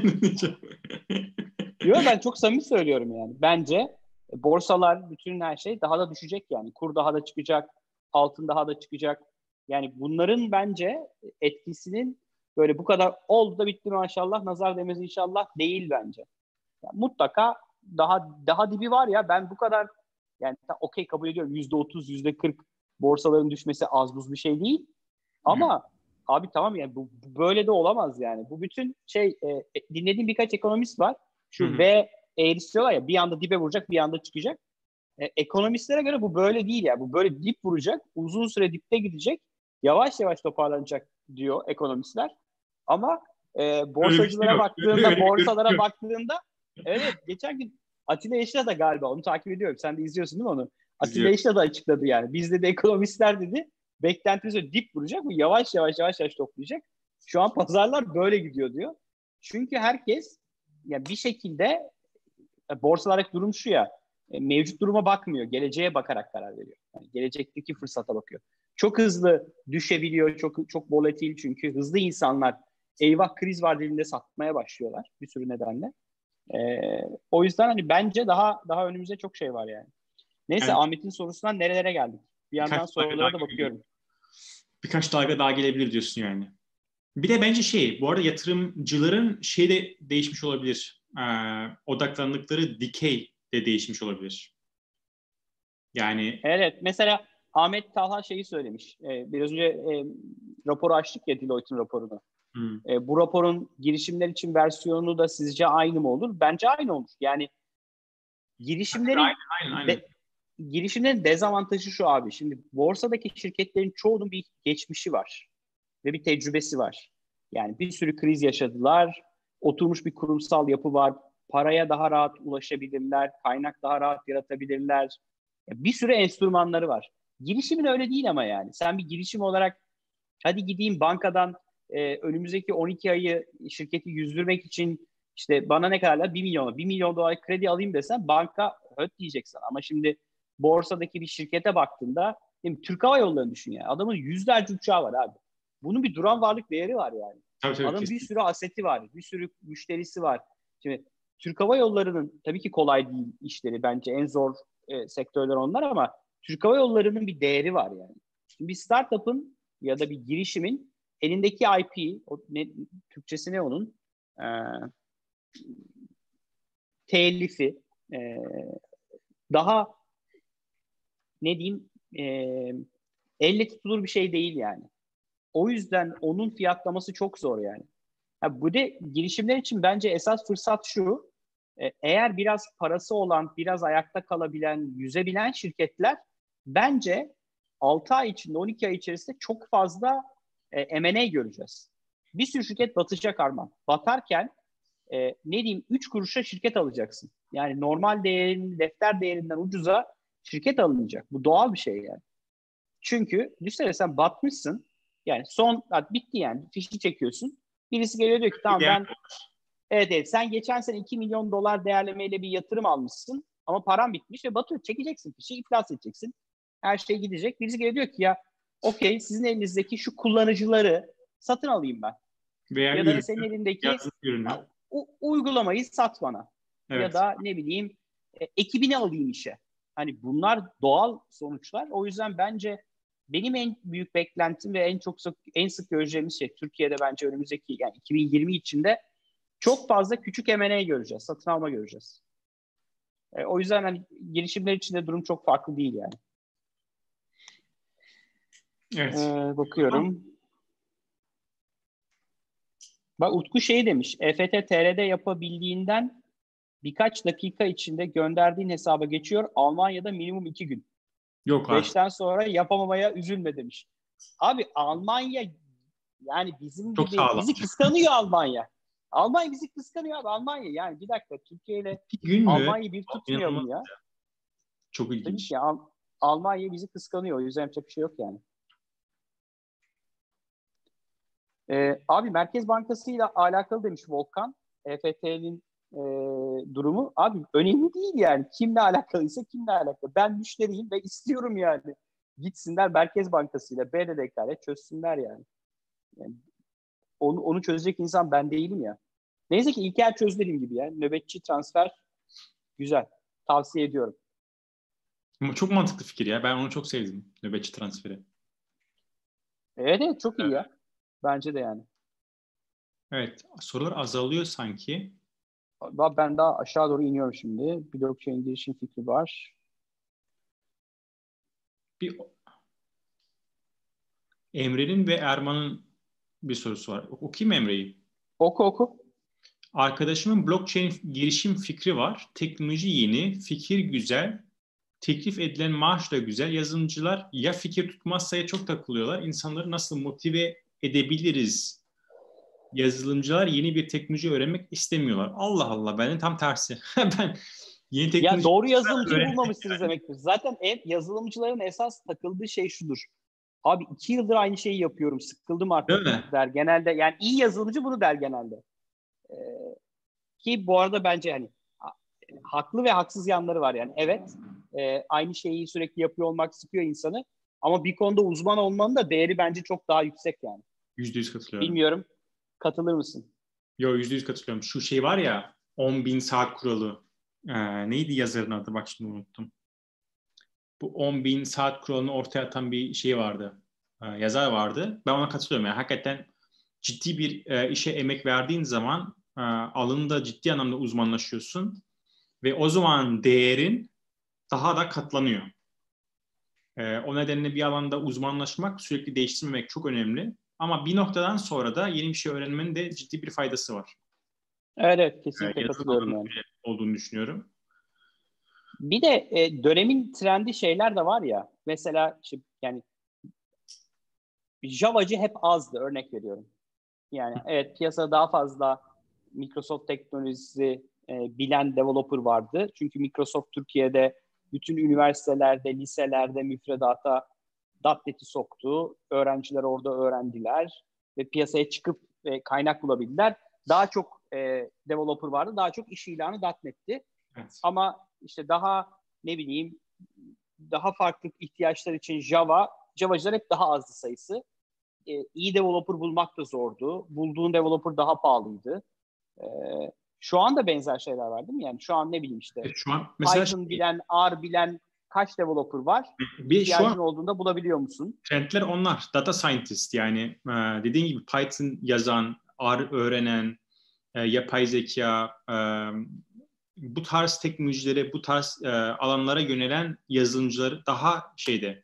yok ben çok samimi söylüyorum yani. Bence e, borsalar, bütün her şey daha da düşecek yani. Kur daha da çıkacak, altın daha da çıkacak. Yani bunların bence etkisinin böyle bu kadar oldu da bitti maşallah, nazar değmez inşallah değil bence. Yani mutlaka daha daha dibi var ya, ben bu kadar yani okey kabul ediyorum, yüzde otuz yüzde kırk borsaların düşmesi az buz bir şey değil. Ama evet. Abi tamam yani bu, bu böyle de olamaz yani. Bu bütün şey e, dinlediğim birkaç ekonomist var. Şu Hı-hı. V eğrisi diyorlar ya, bir anda dibe vuracak bir anda çıkacak. E, ekonomistlere göre bu böyle değil ya. Bu böyle dip vuracak. Uzun süre dipte gidecek. Yavaş yavaş toparlanacak diyor ekonomistler. Ama e, borsacılara şey baktığında, öyle borsalara baktığında evet geçen gün Atilla Yeşil'a da galiba onu takip ediyorum. Sen de izliyorsun değil mi onu? Atilla Yeşil'a da açıkladı yani. Bizde de ekonomistler dedi. Beklentimiz dip vuracak. Bu yavaş yavaş yavaş yavaş toplayacak. Şu an pazarlar böyle gidiyor diyor. Çünkü herkes ya bir şekilde borsalardaki durum şu ya, mevcut duruma bakmıyor. Geleceğe bakarak karar veriyor. Yani gelecekteki fırsata bakıyor. Çok hızlı düşebiliyor. Çok çok volatil çünkü hızlı insanlar eyvah kriz var dediğinde satmaya başlıyorlar bir sürü nedenle. Ee, o yüzden hani bence daha daha önümüzde çok şey var yani. Neyse yani, Ahmet'in sorusundan nerelere geldik? Bir yandan sorulara da bakıyorum. Birkaç dalga daha gelebilir diyorsun yani. Bir de bence şey, bu arada yatırımcıların şey de değişmiş olabilir. Ee, odaklandıkları dikey de değişmiş olabilir. Yani evet mesela Ahmet Talha şeyi söylemiş. Ee, biraz önce e, raporu açtık ya, Deloitte'in raporunu. hmm. E, bu raporun girişimler için versiyonu da sizce aynı mı olur? Bence aynı olur. Yani girişimlerin aynen, aynen, aynen. De, girişimlerin dezavantajı şu abi. Şimdi borsadaki şirketlerin çoğunun bir geçmişi var ve bir tecrübesi var. Yani bir sürü kriz yaşadılar. Oturmuş bir kurumsal yapı var. Paraya daha rahat ulaşabilirler. Kaynak daha rahat yaratabilirler. Bir sürü enstrümanları var. Girişimin öyle değil ama yani. Sen bir girişim olarak hadi gideyim bankadan e, önümüzdeki on iki ayı şirketi yüzdürmek için işte bana ne kadarlar? bir milyon, bir milyon dolar kredi alayım desen banka höt diyeceksin. Ama şimdi borsadaki bir şirkete baktığında değil mi? Türk Hava Yolları'nı düşün ya. Adamın yüzlerce uçağı var abi. Bunun bir duran varlık değeri var yani. Tabii, tabii, Adamın bir kesinlikle. sürü aseti var. Bir sürü müşterisi var. Şimdi Türk Hava Yolları'nın tabii ki kolay değil işleri. Bence en zor e, sektörler onlar ama Türk Hava Yolları'nın bir değeri var yani. Şimdi bir startup'ın ya da bir girişimin elindeki I P, o ne, Türkçesi ne onun? Ee, telifi, e, daha ne diyeyim e, elle tutulur bir şey değil yani. O yüzden onun fiyatlaması çok zor yani. Ha, bu de girişimler için bence esas fırsat şu, e, eğer biraz parası olan, biraz ayakta kalabilen, yüzebilen şirketler bence altı ay içinde, on iki ay içerisinde çok fazla e, M and A göreceğiz. Bir sürü şirket batacak Arman. Batarken e, ne diyeyim üç kuruşa şirket alacaksın. Yani normal değerin, defter değerinden ucuza şirket alınacak. Bu doğal bir şey yani. Çünkü düşünsene sen batmışsın. Yani son bitti yani. Fişi çekiyorsun. Birisi geliyor diyor ki tamam ben evet evet sen geçen sene iki milyon dolar değerlemeyle bir yatırım almışsın ama param bitmiş ve batıyor. Çekeceksin fişi, iflas edeceksin. Her şey gidecek. Birisi geliyor diyor ki ya okey sizin elinizdeki şu kullanıcıları satın alayım ben. Veya Ya da ürünü, senin elindeki yazılım ürünü. u- uygulamayı sat bana. Ya Evet. da ne bileyim e, ekibini alayım işe. Hani bunlar doğal sonuçlar. O yüzden bence benim en büyük beklentim ve en çok sık, en sık göreceğimiz şey Türkiye'de bence önümüzdeki yani iki bin yirmi içinde çok fazla küçük M and A göreceğiz. Satın alma göreceğiz. E, o yüzden hani girişimler içinde durum çok farklı değil yani. Evet. Ee, bakıyorum. Bak Utku şey demiş. E F T T R'de yapabildiğinden birkaç dakika içinde gönderdiğin hesaba geçiyor. Almanya'da minimum iki gün. Yok artık. Beşten sonra yapamamaya üzülme demiş. Abi Almanya yani bizim Çok gibi sağlam. bizi kıskanıyor Almanya. Almanya bizi kıskanıyor abi. Almanya yani bir dakika Türkiye ile İki gün mü? Almanya'yı bir İnanılmaz. tutmayalım ya. Çok Tabii ilginç. ki Al- Almanya bizi kıskanıyor. O yüzden yapacak bir şey yok yani. Ee, abi Merkez Bankası ile alakalı demiş Volkan. E F T'nin e, durumu. Abi önemli değil yani. Kimle alakalıysa kimle alakalı. Ben müşteriyim ve istiyorum yani. Gitsinler Merkez Bankası ile B D D K ile çözsünler yani. yani onu, onu çözecek insan ben değilim ya. Neyse ki İlker çöz dediğim gibi ya. Nöbetçi transfer güzel. Tavsiye ediyorum. Ama çok mantıklı fikir ya. Ben onu çok sevdim. Nöbetçi transferi. Evet evet çok iyi Evet. ya. Bence de yani. Evet, sorular azalıyor sanki. Ben daha aşağı doğru iniyorum şimdi. Blockchain girişim fikri var. Bir Emre'nin ve Erman'ın bir sorusu var. Okuyayım mı Emre'yi? Oku oku. Arkadaşımın blockchain girişim fikri var. Teknoloji yeni, fikir güzel, teklif edilen maaş da güzel. Yazılımcılar ya fikir tutmazsa ya çok takılıyorlar. İnsanları nasıl motive edebiliriz? Yazılımcılar yeni bir teknoloji öğrenmek istemiyorlar. Allah Allah, benim tam tersi. Ben yeni Ya teknoloji doğru yazılımcıyı öğrenmek. bulmamışsınız demektir. Zaten ev, yazılımcıların esas takıldığı şey şudur. Abi iki yıldır aynı şeyi yapıyorum. Sıkıldım Değil artık mi? der genelde. Yani iyi yazılımcı bunu der genelde. Ee, ki bu arada bence hani haklı ve haksız yanları var yani. Evet, e, aynı şeyi sürekli yapıyor olmak sıkıyor insanı. Ama bir konuda uzman olmanın da değeri bence çok daha yüksek yani. Yüzde yüz katılıyorum. Bilmiyorum. Katılır mısın? Yo, yüzde yüz katılıyorum. Şu şey var ya, on bin saat kuralı. Ee, neydi yazarın adı? Bak şimdi unuttum. Bu on bin saat kuralını ortaya atan bir şey vardı. Ee, yazar vardı. Ben ona katılıyorum. Yani hakikaten ciddi bir e, işe emek verdiğin zaman e, alanında ciddi anlamda uzmanlaşıyorsun. Ve o zaman değerin daha da katlanıyor. E, o nedenle bir alanda uzmanlaşmak, sürekli değiştirmemek çok önemli. Ama bir noktadan sonra da yeni bir şey öğrenmenin de ciddi bir faydası var. Evet, evet, E, kesinlikle yazılım katılıyorum alanında yani. bile olduğunu düşünüyorum. Bir de e, dönemin trendi şeyler de var ya. Mesela işte, yani Java'cı hep azdı, örnek veriyorum. Yani evet, piyasada daha fazla Microsoft teknolojisi e, bilen developer vardı. Çünkü Microsoft Türkiye'de bütün üniversitelerde, liselerde müfredata .nokta .NET'i soktu. Öğrenciler orada öğrendiler ve piyasaya çıkıp e, kaynak bulabildiler. Daha çok e, developer vardı. Daha çok iş ilanı .nokta .NET'ti. Evet. Ama işte daha ne bileyim daha farklı ihtiyaçlar için Java, Java'cılar hep daha azdı sayısı. E, iyi developer bulmak da zordu. Bulduğun developer daha pahalıydı. E, şu anda benzer şeyler var değil mi? Yani şu an ne bileyim işte Evet, şu an mesela Python şey, bilen, R bilen kaç developer var? bir şu an İhtiyacın olduğunda bulabiliyor musun? trendler onlar. Data scientist, yani e, dediğin gibi Python yazan, R öğrenen, e, yapay zeka, e, bu tarz teknolojilere, bu tarz e, alanlara yönelen yazılımcıları daha şeyde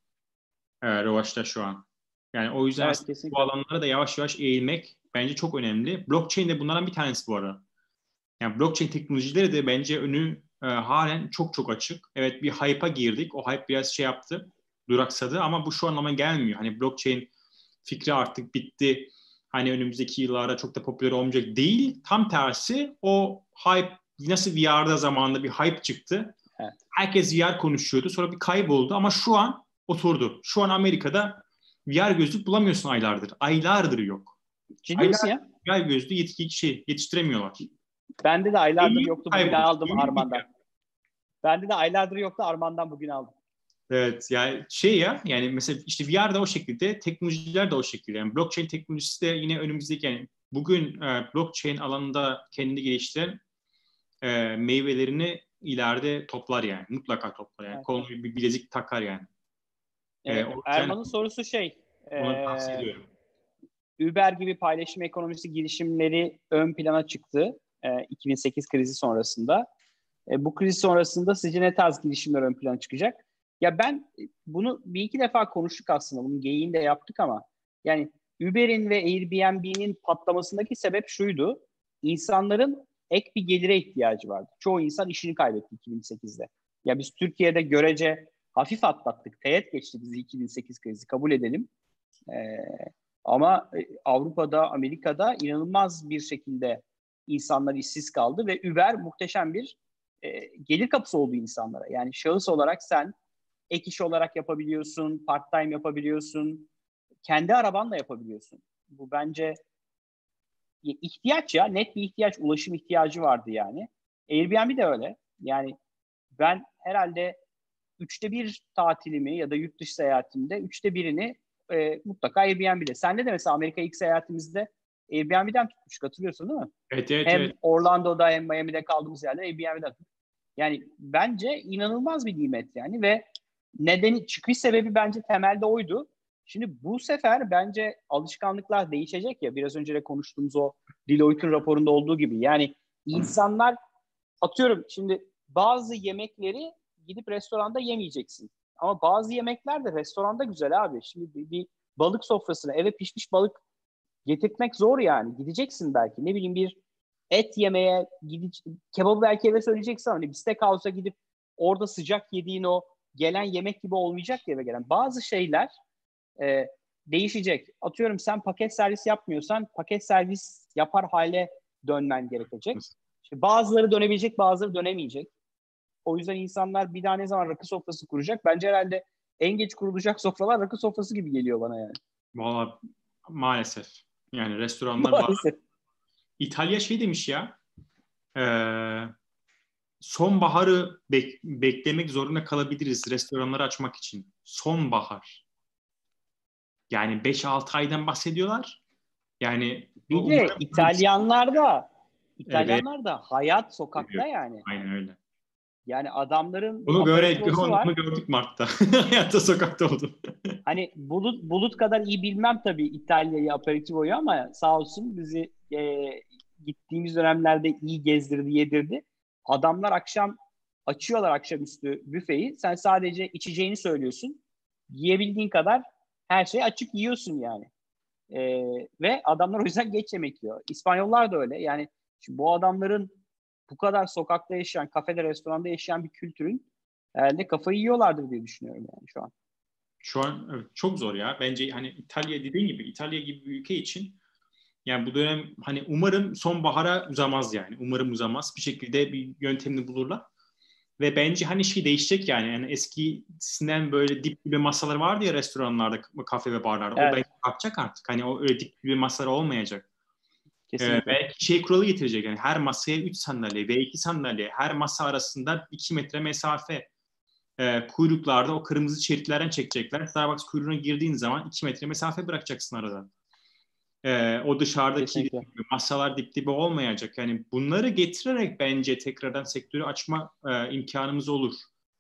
e, revaçta şu an. Yani o yüzden Evet, aslında bu kesinlikle. alanlara da yavaş yavaş eğilmek bence çok önemli. Blockchain de bunlardan bir tanesi bu arada. Yani blockchain teknolojileri de bence önü e, halen çok çok açık. Evet, bir hype'a girdik. O hype biraz şey yaptı, duraksadı ama bu şu anlama gelmiyor. Hani blockchain fikri artık bitti. Hani önümüzdeki yıllarda çok da popüler olmayacak değil. Tam tersi, o hype nasıl V R'da zamanında bir hype çıktı. Evet. Herkes V R konuşuyordu. Sonra bir kayboldu ama şu an oturdu. Şu an Amerika'da V R gözlük bulamıyorsun aylardır. Aylardır yok. Ciddi Aylar misin ya? V R gözlüğü yetki şey yetiştiremiyorlar. Bende de aylardır Eğilim yoktu. Bugün kaybolmuş. aldım Eğilim Arman'dan. Bende de aylardır yoktu. Arman'dan bugün aldım. Evet, yani şey ya, yani mesela işte V R da o şekilde, teknolojiler de o şekilde. Yani blockchain teknolojisi de yine önümüzdeki, yani bugün e, blockchain alanında kendini geliştiren e, meyvelerini ileride toplar yani. Mutlaka toplar yani. Evet. Koluna bir bilezik takar yani. E, E, o yüzden Erman'ın sorusu şey, e, ona tavsiye ediyorum. Uber gibi paylaşım ekonomisi girişimleri ön plana çıktı e, iki bin sekiz krizi sonrasında. E, bu kriz sonrasında sizce ne tarz girişimler ön plana çıkacak? Ya ben bunu bir iki defa konuştuk aslında. Bunun geyiğini de yaptık ama yani Uber'in ve Airbnb'nin patlamasındaki sebep şuydu. İnsanların ek bir gelire ihtiyacı vardı. Çoğu insan işini kaybetti iki bin sekizde. Ya biz Türkiye'de görece hafif atlattık. Teğet geçti bizi iki bin sekiz krizi, kabul edelim. Ee, ama Avrupa'da, Amerika'da inanılmaz bir şekilde insanlar işsiz kaldı ve Uber muhteşem bir e, gelir kapısı oldu insanlara. Yani şahıs olarak sen ek iş olarak yapabiliyorsun, part time yapabiliyorsun, kendi arabanla yapabiliyorsun. Bu bence ihtiyaç ya, net bir ihtiyaç, ulaşım ihtiyacı vardı yani. Airbnb de öyle. Yani ben herhalde üçte bir tatilimi ya da yurt dışı seyahatimde üçte birini e, mutlaka Airbnb'de. Sende de mesela Amerika ilk seyahatimizde Airbnb'den tutmuş, hatırlıyorsun değil mi? Evet, evet, Hem evet. Orlando'da hem Miami'de kaldığımız yerler Airbnb'den tutmuş. Yani bence inanılmaz bir nimet yani ve nedeni, çıkış sebebi bence temelde oydu. Şimdi bu sefer bence alışkanlıklar değişecek ya. Biraz önce de konuştuğumuz o Deloitte'un raporunda olduğu gibi. Yani insanlar atıyorum şimdi bazı yemekleri gidip restoranda yemeyeceksin. Ama bazı yemekler de restoranda güzel abi. Şimdi bir, bir balık sofrasına eve pişmiş balık getirtmek zor yani. Gideceksin belki. Ne bileyim bir et yemeye gidecek. Kebabı belki eve söyleyeceksin. Hani bir steakhouse'a gidip orada sıcak yediğin o gelen yemek gibi olmayacak eve gelen. Bazı şeyler e, değişecek. Atıyorum sen paket servis yapmıyorsan paket servis yapar hale dönmen gerekecek. İşte bazıları dönebilecek, bazıları dönemeyecek. O yüzden insanlar bir daha ne zaman rakı sofrası kuracak? Bence herhalde en geç kurulacak sofralar rakı sofrası gibi geliyor bana yani. Vallahi maalesef. Yani restoranlar var. Maalesef. İtalya şey demiş ya, e, sonbaharı bek- beklemek zorunda kalabiliriz restoranları açmak için. Sonbahar. Yani beş altı aydan bahsediyorlar. Yani Bir de umarım İtalyanlar da evet İtalyanlar da hayat sokakta diyor. yani. Aynen öyle. Yani adamların bir Onu göre aperitivosu onu, var. onu gördük Mart'ta. Hayatta sokakta oldum. Hani bulut bulut kadar iyi bilmem tabii İtalya'yı, aperitivoyu ama sağ olsun bizi e, gittiğimiz dönemlerde iyi gezdirdi, yedirdi. Adamlar akşam açıyorlar akşamüstü büfeyi. Sen sadece içeceğini söylüyorsun. Yiyebildiğin kadar her şeyi açık yiyorsun yani. E, ve adamlar o yüzden geç yemek yiyor. İspanyollar da öyle. Yani şimdi bu adamların bu kadar sokakta yaşayan, kafede, restoranda yaşayan bir kültürün herhalde kafayı yiyorlardır diye düşünüyorum yani şu an. Şu an evet, çok zor ya. Bence hani İtalya dediğin gibi İtalya gibi bir ülke için yani bu dönem hani umarım sonbahara uzamaz yani. Umarım uzamaz. Bir şekilde bir yöntemini bulurlar. Ve bence hani şey değişecek yani. Yani eskisinden böyle dip dibe masalar vardı ya restoranlarda, kafe ve barlarda. O bence Evet, kalkacak artık. Hani o öyle dip dibe masalar olmayacak. Ee, kesinlikle. belki şey kuralı getirecek yani her masaya üç sandalye ve iki sandalye, her masa arasında iki metre mesafe. Ee, kuyruklarda o kırmızı şeritlerden çekecekler. Starbucks kuyruğuna girdiğin zaman iki metre mesafe bırakacaksın arada. Ee, o dışarıdaki Kesinlikle. masalar dip dibe olmayacak. Yani bunları getirerek bence tekrardan sektörü açma e, imkanımız olur.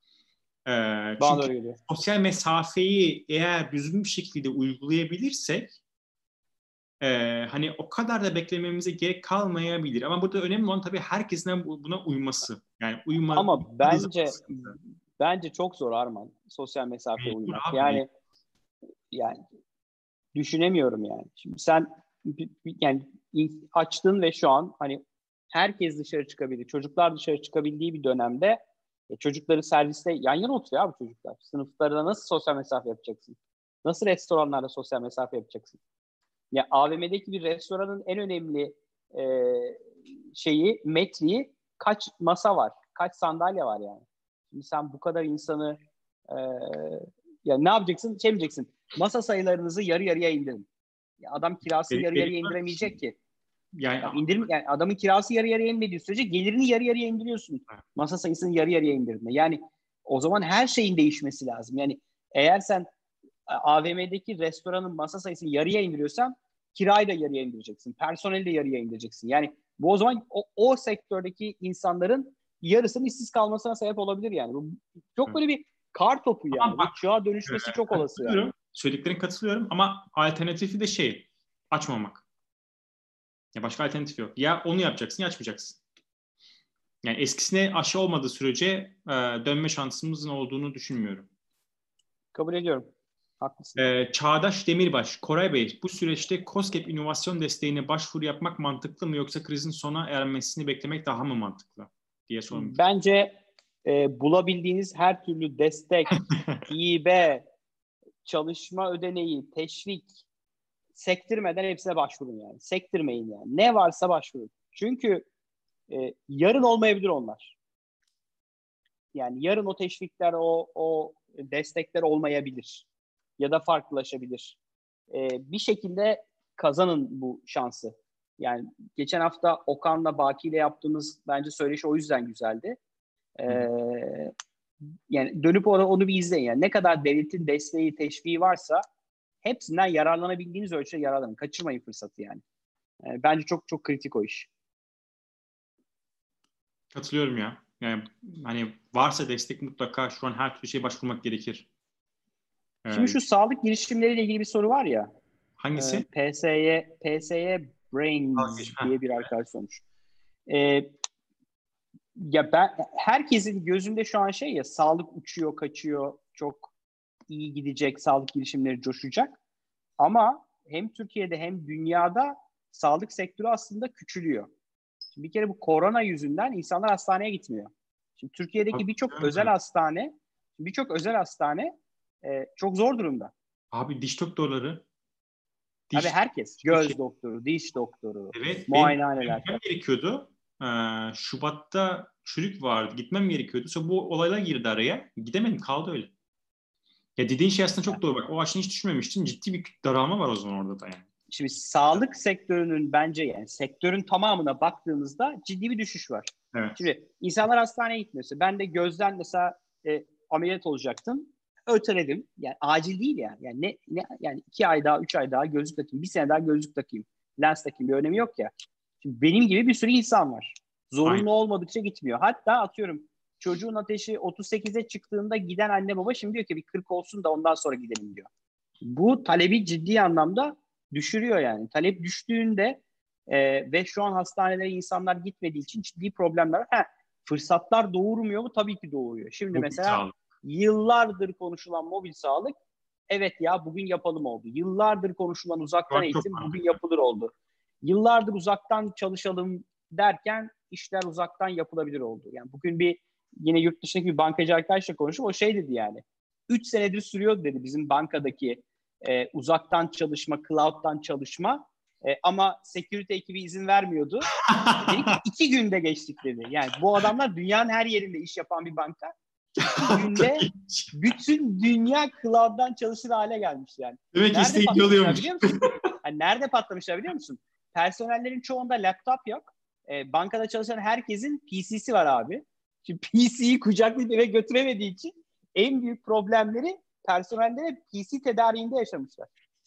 Ee, Bana da çünkü öyle geliyor. sosyal mesafeyi eğer düzgün bir şekilde uygulayabilirsek e, hani o kadar da beklememize gerek kalmayabilir. Ama burada önemli olan tabii herkesin buna uyması. Yani uymadığı Ama zaman bence sıkıntı. bence çok zor Arman sosyal mesafeye Mecbur uymak. abi mecbur. Yani yani düşünemiyorum yani. Şimdi sen yani açtın ve şu an hani herkes dışarı çıkabilir. Çocuklar dışarı çıkabildiği bir dönemde e, çocukları serviste yan yana oturuyor abi çocuklar. Sınıflarına nasıl sosyal mesafe yapacaksın? Nasıl restoranlarda sosyal mesafe yapacaksın? Ya A V M'deki bir restoranın en önemli e, şeyi, metriği kaç masa var, kaç sandalye var yani. Şimdi sen bu kadar insanı e, ya ne yapacaksın? Şey mi diyeceksin? Masa sayılarınızı yarı yarıya indirin. Ya adam kirasını yarı yarıya Dedikleri indiremeyecek ki. yani Yani, indirim, yani adamın kirası yarı yarıya inmediği sürece gelirini yarı yarıya indiriyorsun. Masa sayısını yarı yarıya indirdiğinde. Yani o zaman her şeyin değişmesi lazım. Yani eğer sen A V M'deki restoranın masa sayısını yarıya indiriyorsan kirayı da yarıya indireceksin. Personeli de yarıya indireceksin. Yani bu o zaman o, o sektördeki insanların yarısının işsiz kalmasına sebep olabilir yani. Bu çok böyle bir kar topu ama yani. bak Bu çığa e, dönüşmesi çok olası yani. katılıyorum. Söylediklerine katılıyorum ama alternatifi de şey açmamak. Ya başka alternatif yok. Ya onu yapacaksın ya açmayacaksın. Yani eskisine aşı olmadığı sürece e, dönme şansımızın olduğunu düşünmüyorum. Kabul ediyorum. Haklısın. E, Çağdaş Demirbaş, Koray Bey, bu süreçte KOSGEB inovasyon desteğine başvuru yapmak mantıklı mı yoksa krizin sona ermesini beklemek daha mı mantıklı diye sormuş. Bence e, bulabildiğiniz her türlü destek, hibe, çalışma ödeneği, teşvik, sektirmeden hepsine başvurun yani. Sektirmeyin yani. Ne varsa başvurun. Çünkü e, yarın olmayabilir onlar. Yani yarın o teşvikler, o, o destekler olmayabilir. Ya da farklılaşabilir. E, bir şekilde kazanın bu şansı. Yani geçen hafta Okan'la Baki ile yaptığımız bence söyleşi o yüzden güzeldi. E, yani dönüp onu, onu bir izleyin. Yani ne kadar devletin desteği, teşviği varsa hepsinden yararlanabildiğiniz ölçüde yararlanın. Kaçırmayın fırsatı yani. E, bence çok çok kritik o iş. Katılıyorum ya. Yani hani varsa destek mutlaka şu an her türlü şeye başvurmak gerekir. Şimdi şu sağlık girişimleriyle ilgili bir soru var ya. Hangisi? E, P S Y P S Y Brains diye bir arkadaş sormuş. E, ya ben herkesin gözünde şu an şey ya, sağlık uçuyor, kaçıyor, çok iyi gidecek, sağlık girişimleri coşacak. Ama hem Türkiye'de hem dünyada sağlık sektörü aslında küçülüyor. Şimdi bir kere bu korona yüzünden insanlar hastaneye gitmiyor. Şimdi Türkiye'deki birçok özel hastane, birçok özel hastane e, çok zor durumda. Abi diş doktorları. Diş, Abi herkes, göz şey. doktoru, diş doktoru, evet, muayenehaneler. Gitmem gerekiyordu. Ee, Şubat'ta çürük vardı. Gitmem gerekiyordu. Sonra bu olaylar girdi araya. Gidemedim, kaldı öyle. Ya dediğin şey aslında çok doğru. Bak o aşını hiç düşünmemiştim. Ciddi bir daralma var o zaman orada da yani. Şimdi sağlık sektörünün bence yani sektörün tamamına baktığımızda ciddi bir düşüş var. Evet. Şimdi insanlar hastaneye gitmiyorsa, ben de gözden mesela e, ameliyat olacaktım. Öteledim. Yani acil değil yani. Yani ne, ne yani iki ay daha, üç ay daha gözlük takayım, bir sene daha gözlük takayım, lens takayım, bir önemi yok ya. Şimdi benim gibi bir sürü insan var. Zorunlu Aynen. olmadıkça gitmiyor. Hatta atıyorum çocuğun ateşi otuz sekize çıktığında giden anne baba şimdi diyor ki bir kırk olsun da ondan sonra gidelim diyor. Bu talebi ciddi anlamda düşürüyor yani. Talep düştüğünde e, ve şu an hastanelere insanlar gitmediği için ciddi problemler var. Ha, fırsatlar doğurmuyor mu? Tabii ki doğuruyor. Şimdi mobil mesela sağlık. Yıllardır konuşulan mobil sağlık, evet ya bugün yapalım oldu. Yıllardır konuşulan uzaktan çok eğitim çok bugün yapılır oldu. Yıllardır uzaktan çalışalım derken işler uzaktan yapılabilir oldu. Yani bugün bir yine yurt dışındaki bir bankacı arkadaşla konuştum. O şey dedi yani. üç senedir sürüyordu dedi bizim bankadaki e, uzaktan çalışma, cloud'dan çalışma. E, ama security ekibi izin vermiyordu. Dedik iki günde geçtik dedi. Yani bu adamlar dünyanın her yerinde iş yapan bir banka. İki günde bütün dünya cloud'dan çalışır hale gelmiş yani. Demek ki isteği oluyormuş. Biliyor musun? Yani nerede patlamışlar biliyor musun? Personellerin çoğunda laptop yok. E, bankada çalışan herkesin P C'si var abi. Şimdi P C'yi kucaklayıp eve götüremediği için en büyük problemleri personellere P C tedariğinde yaşamışlar.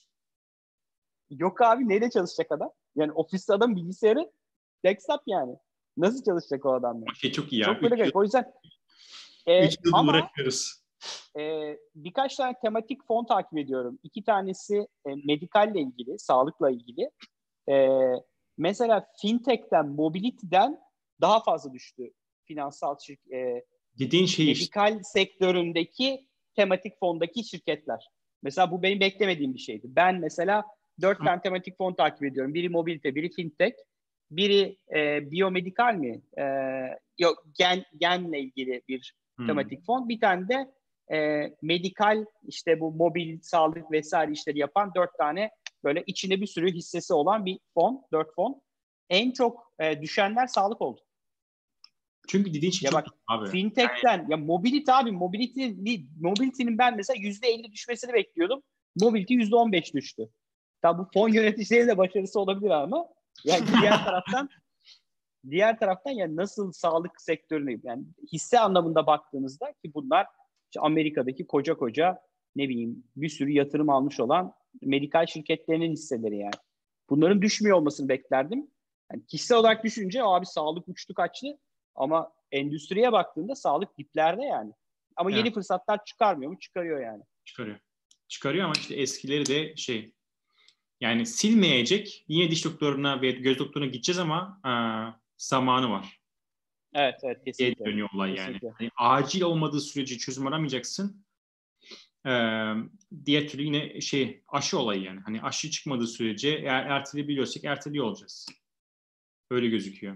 Yok abi, neyle çalışacak adam? Yani ofiste adam bilgisayarı desktop yani. Nasıl çalışacak o adam yani? Şey çok iyi ya. Çok böyle garip. O yüzden e, üç yıl ama bırakıyoruz. E, birkaç tane tematik fon takip ediyorum. İki tanesi e, medikalle ilgili, sağlıkla ilgili. E, mesela fintech'ten, mobility'den daha fazla düştü finansal şirket, e, dediğin şey medikal işte. sektöründeki tematik fondaki şirketler. Mesela bu benim beklemediğim bir şeydi. Ben mesela dört tane tematik fon takip ediyorum. Biri mobilite, biri fintech, biri e, biyomedikal mi? E, yok, gen, genle ilgili bir hmm. tematik fon. Bir tane de e, medikal, işte bu mobil sağlık vesaire işleri yapan dört tane böyle içinde bir sürü hissesi olan bir fon, dört fon. En çok e, düşenler sağlık oldu. Çünkü dediğin şey ya çok bak, abi. fintech'ten yani, ya mobility abi, mobility, mobility'nin ben mesela yüzde elli düşmesini bekliyordum. Mobility yüzde on beş düştü. Tabi bu fon yöneticileri de başarısı olabilir ama yani diğer taraftan diğer taraftan yani nasıl sağlık sektörüne, yani hisse anlamında baktığınızda ki bunlar işte Amerika'daki koca koca ne bileyim bir sürü yatırım almış olan medikal şirketlerinin hisseleri yani. Bunların düşmüyor olmasını beklerdim. Yani kişisel olarak düşünce abi sağlık uçtu kaçtı ama endüstriye baktığında sağlık diplerde yani. Ama evet. Yeni fırsatlar çıkarmıyor mu? Çıkarıyor yani. Çıkarıyor. Çıkarıyor ama işte eskileri de şey, yani silmeyecek. Yine diş doktoruna ve göz doktoruna gideceğiz ama e, zamanı var. Evet, evet, kesinlikle. Dönüyor olay yani. yani. Acil olmadığı sürece çözüm aramayacaksın. E, diğer türlü yine şey, aşı olayı yani. Hani aşı çıkmadığı sürece eğer erteleyebiliyorsak erteliyor olacağız. Öyle gözüküyor.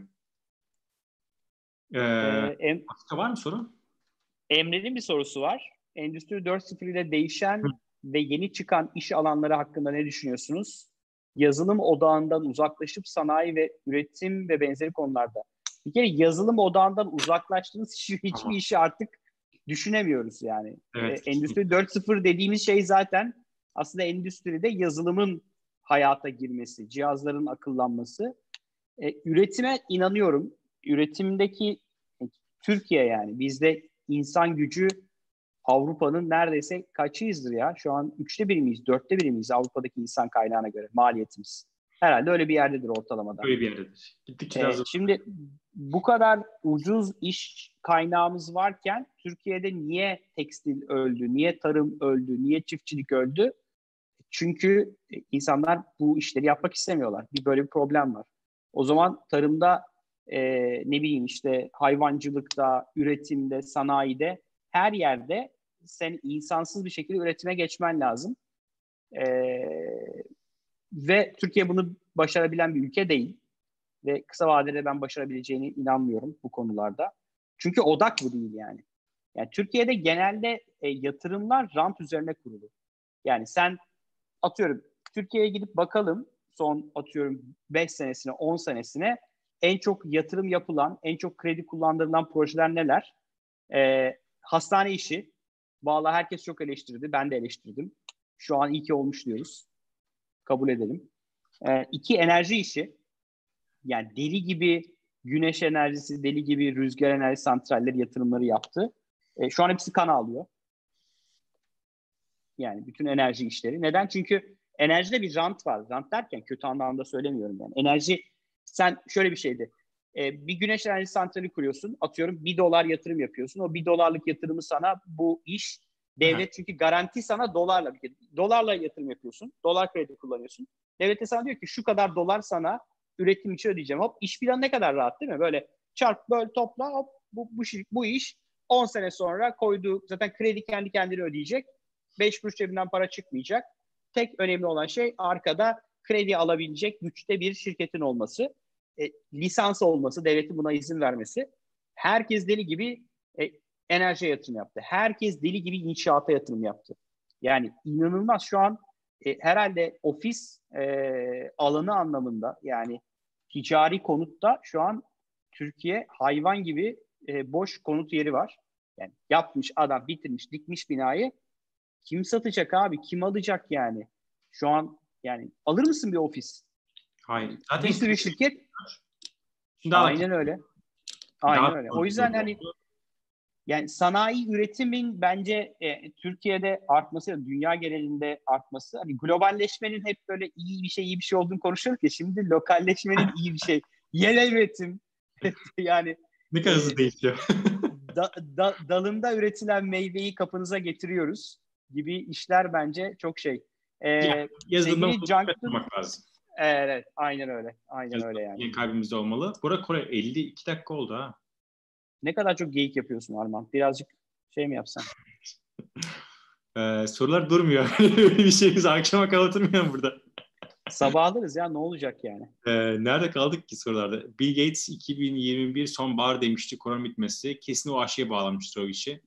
Ee, ee, em- başka var mı soru? Emre'nin bir sorusu var. Endüstri dört nokta sıfır ile değişen Hı. ve yeni çıkan iş alanları hakkında ne düşünüyorsunuz? Yazılım odağından uzaklaşıp sanayi ve üretim ve benzeri konularda. Bir kere yazılım odağından uzaklaştığınız hiçbir Aha. işi artık düşünemiyoruz yani. Evet. Ee, Endüstri dört nokta sıfır dediğimiz şey zaten aslında endüstride yazılımın hayata girmesi, cihazların akıllanması. Ee, üretime inanıyorum. Üretimdeki Türkiye yani bizde insan gücü Avrupa'nın neredeyse kaçıyızdır ya? Şu an üçte bir miyiz, dörtte bir miyiz Avrupa'daki insan kaynağına göre maliyetimiz? Herhalde öyle bir yerdedir ortalamada. Öyle bir yerdedir. Gittikçe ee, hazır. Şimdi bu kadar ucuz iş kaynağımız varken Türkiye'de niye tekstil öldü, niye tarım öldü, niye çiftçilik öldü? Çünkü insanlar bu işleri yapmak istemiyorlar. Bir böyle bir problem var. O zaman tarımda e, ne bileyim işte hayvancılıkta, üretimde, sanayide her yerde sen insansız bir şekilde üretime geçmen lazım. E, ve Türkiye bunu başarabilen bir ülke değil. Ve kısa vadede ben başarabileceğine inanmıyorum bu konularda. Çünkü odak bu değil yani. Yani Türkiye'de genelde e, yatırımlar rant üzerine kurulu. Yani sen atıyorum Türkiye'ye gidip bakalım son atıyorum beş senesine, on senesine en çok yatırım yapılan, en çok kredi kullandırılan projeler neler? Ee, hastane işi. Vallahi herkes çok eleştirdi. Ben de eleştirdim. Şu an iyi ki olmuş diyoruz. Kabul edelim. Ee, iki, enerji işi. Yani deli gibi güneş enerjisi, deli gibi rüzgar enerji santralleri yatırımları yaptı. Ee, şu an hepsi kan alıyor. Yani bütün enerji işleri. Neden? Çünkü enerjide bir rant var. Rant derken kötü anlamda söylemiyorum yani. Enerji, sen şöyle bir şeydi. Ee, bir güneş enerji santrali kuruyorsun. Atıyorum bir dolar yatırım yapıyorsun. O bir dolarlık yatırımı sana bu iş devlet, çünkü garanti sana dolarla bir dolarla yatırım yapıyorsun. Dolar kredi kullanıyorsun. Devlet de sana diyor ki şu kadar dolar sana üretim için ödeyeceğim. Hop, iş planı ne kadar rahat değil mi? Böyle çarp böl topla, hop bu, bu, bu iş on sene sonra koyduğu zaten kredi kendi kendini ödeyecek. beş kuruş cebinden para çıkmayacak. Tek önemli olan şey arkada kredi alabilecek güçte bir şirketin olması. E, lisans olması, devletin buna izin vermesi. Herkes deli gibi e, enerjiye yatırım yaptı. Herkes deli gibi inşaata yatırım yaptı. Yani inanılmaz şu an e, herhalde ofis e, alanı anlamında, yani ticari konutta şu an Türkiye hayvan gibi e, boş konut yeri var. Yani yapmış adam, bitirmiş, dikmiş binayı. Kim satacak abi? Kim alacak yani? Şu an yani alır mısın bir ofis? Hayır. Zaten Bir sürü şirket. Şimdi Aynen öyle. Aynen daha öyle. O yüzden hani yani sanayi üretimin bence e, Türkiye'de artması, dünya genelinde artması. Hani globalleşmenin hep böyle iyi bir şey, iyi bir şey olduğunu konuşuyoruz ki şimdi lokalleşmenin iyi bir şey. Yerel üretim yani ne kadar hızlı e, değişiyor. da, da, dalında üretilen meyveyi kapınıza getiriyoruz gibi işler bence çok şey. Ee, Ya, yazılımdan sevgili Cankut, tutmak lazım. evet, aynen öyle. Aynen öyle Yazılım yani. yine kalbimizde olmalı. Bura Kore elli iki dakika oldu ha. Ne kadar çok geyik yapıyorsun Arman. Birazcık şey mi yapsan? Ee, sorular durmuyor. Öyle bir şey biz akşama kalırtmıyor burada. Sabahlarız ya, ne olacak yani? Ee, nerede kaldık ki sorularda? Bill Gates iki bin yirmi bir sonbahar demişti korona bitmesi. Kesin o aşıya bağlamıştır o işi.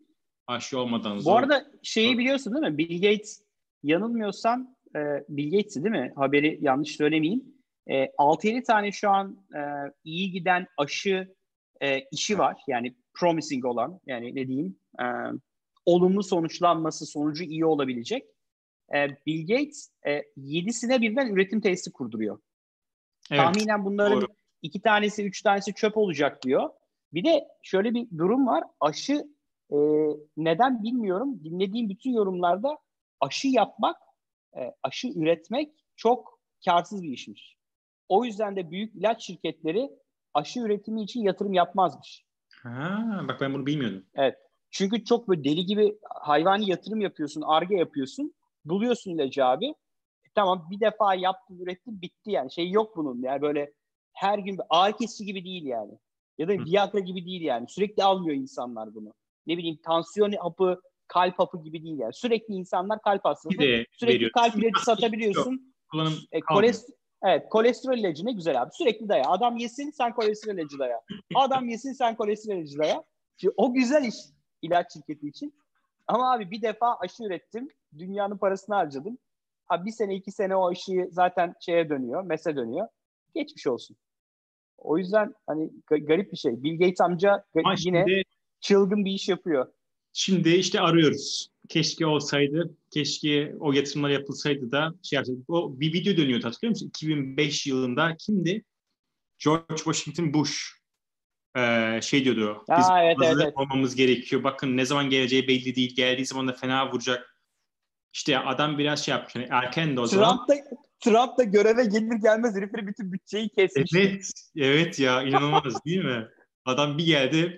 Aşı olmadan Bu zor. arada şeyi biliyorsun değil mi? Bill Gates, yanılmıyorsam e, Bill Gates'i değil mi? Haberi yanlış söylemeyeyim. E, altı yedi tane şu an e, iyi giden aşı e, işi var. Yani promising olan, yani ne diyeyim, e, olumlu sonuçlanması, sonucu iyi olabilecek. E, Bill Gates e, yedisine birden üretim tesisi kurduruyor. Evet, Tahminen bunların doğru. iki tanesi, üç tanesi çöp olacak diyor. Bir de şöyle bir durum var. Aşı e, neden bilmiyorum. Dinlediğim bütün yorumlarda aşı yapmak, e, aşı üretmek çok karsız bir işmiş. O yüzden de büyük ilaç şirketleri aşı üretimi için yatırım yapmazmış. Ha, bak ben bunu bilmiyordum. Evet. Çünkü çok böyle deli gibi hayvani yatırım yapıyorsun, Ar-Ge yapıyorsun, buluyorsun ilacı abi. E, tamam, bir defa yaptın, ürettin, bitti yani. Şey yok bunun yani, böyle her gün ağrı kesici gibi değil yani. Ya da Hı. Viagra gibi değil yani. Sürekli almıyor insanlar bunu. Ne bileyim, tansiyon hapı, kalp hapı gibi değil yani. Sürekli insanlar kalp Bir hastası. de Sürekli kalp veriyorsun. ilacı Yok. satabiliyorsun. Kullanım E, kalmıyor. kolest evet, kolesterol ilacı ne güzel abi. Sürekli daya. Adam yesin, sen kolesterol ilacı daya. Adam yesin, sen kolesterol ilacı daya. Şimdi o güzel iş ilaç şirketi için. Ama abi bir defa aşı ürettim. Dünyanın parasını harcadım. Abi bir sene, iki sene o aşıyı zaten şeye dönüyor, mese dönüyor. Geçmiş olsun. O yüzden hani garip bir şey. Bill Gates amca Ama yine şimdi, çılgın bir iş yapıyor. şimdi işte arıyoruz. Keşke olsaydı, keşke o yatırımlar yapılsaydı da şey yapsaydık. O bir video dönüyor, hatırlıyor musun? iki bin beş yılında kimdi? George Washington Bush ee, şey diyordu. Biz Aa, evet, evet, hazır evet. olmamız gerekiyor. Bakın ne zaman geleceği belli değil. Geldiği zaman da fena vuracak. İşte adam biraz şey yapmış. Yani erken de o zaman. Trump da, Trump da göreve gelir gelmez herifleri bütün bütçeyi kesmişti. Evet. Evet ya, inanılmaz değil mi? Adam bir geldi.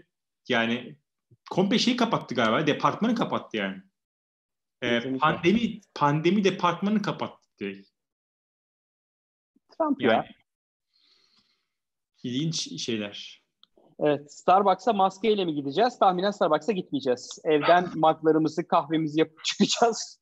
Yani komple şeyi kapattı galiba. Departmanı kapattı yani. Ee, pandemi pandemi departmanı kapattı direkt. Trump Yani ya. ilginç şeyler. Evet, Starbucks'a maskeyle mi gideceğiz? Tahminen Starbucks'a gitmeyeceğiz. Evden muglarımızı, kahvemizi yapıp çıkacağız.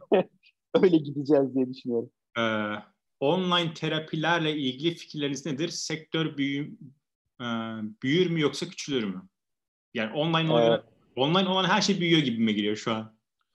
Öyle gideceğiz diye düşünüyorum. Ee, online terapilerle ilgili fikirleriniz nedir? Sektör büyü, e, büyür mü yoksa küçülür mü? Yani online olan, Ee, online olan her şey büyüyor gibime geliyor şu an.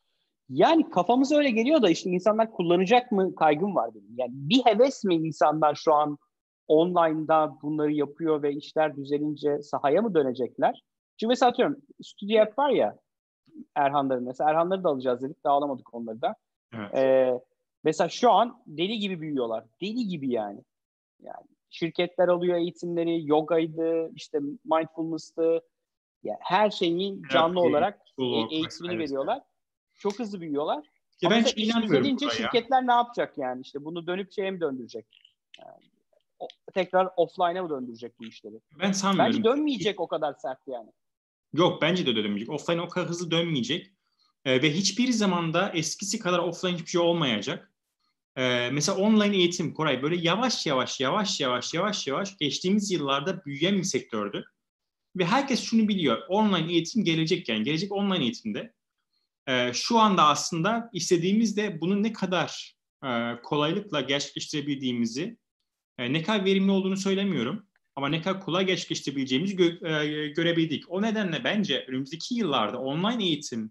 Yani kafamıza öyle geliyor da işte insanlar kullanacak mı kaygım var benim. Yani bir heves mi insanlar şu an online'da bunları yapıyor ve işler düzelince sahaya mı dönecekler? Çünkü mesela atıyorum Studio App var ya Erhanların. Mesela Erhanları da alacağız dedik de alamadık onları da. Evet. Ee, mesela şu an deli gibi büyüyorlar. Deli gibi yani. Yani şirketler alıyor eğitimleri, yogaydı, işte mindfulness'tı. Yani her şeyin canlı Terapi, olarak e- psikolog eğitimini vesaire. veriyorlar. Çok hızlı büyüyorlar. Ya Ama ben mesela çok iş inanmıyorum düzelince buna ya. şirketler ne yapacak yani? İşte bunu dönüp şeye mi döndürecek? Yani, o, tekrar offline'a mı döndürecek bu işleri? Ben Bence sanmıyorum. dönmeyecek o kadar sert yani. Yok, bence de dönmeyecek. Offline o kadar hızlı dönmeyecek. Ee, ve hiçbir zaman da eskisi kadar offline hiçbir şey olmayacak. Ee, mesela online eğitim Koray böyle yavaş yavaş yavaş yavaş yavaş yavaş geçtiğimiz yıllarda büyüyen bir sektördü. Ve herkes şunu biliyor. Online eğitim gelecek yani. Gelecek online eğitimde. Ee, şu anda aslında istediğimiz de bunu ne kadar e, kolaylıkla gerçekleştirebildiğimizi, e, ne kadar verimli olduğunu söylemiyorum. Ama ne kadar kolay gerçekleştirebileceğimizi gö- e, görebildik. O nedenle bence önümüzdeki yıllarda online eğitim,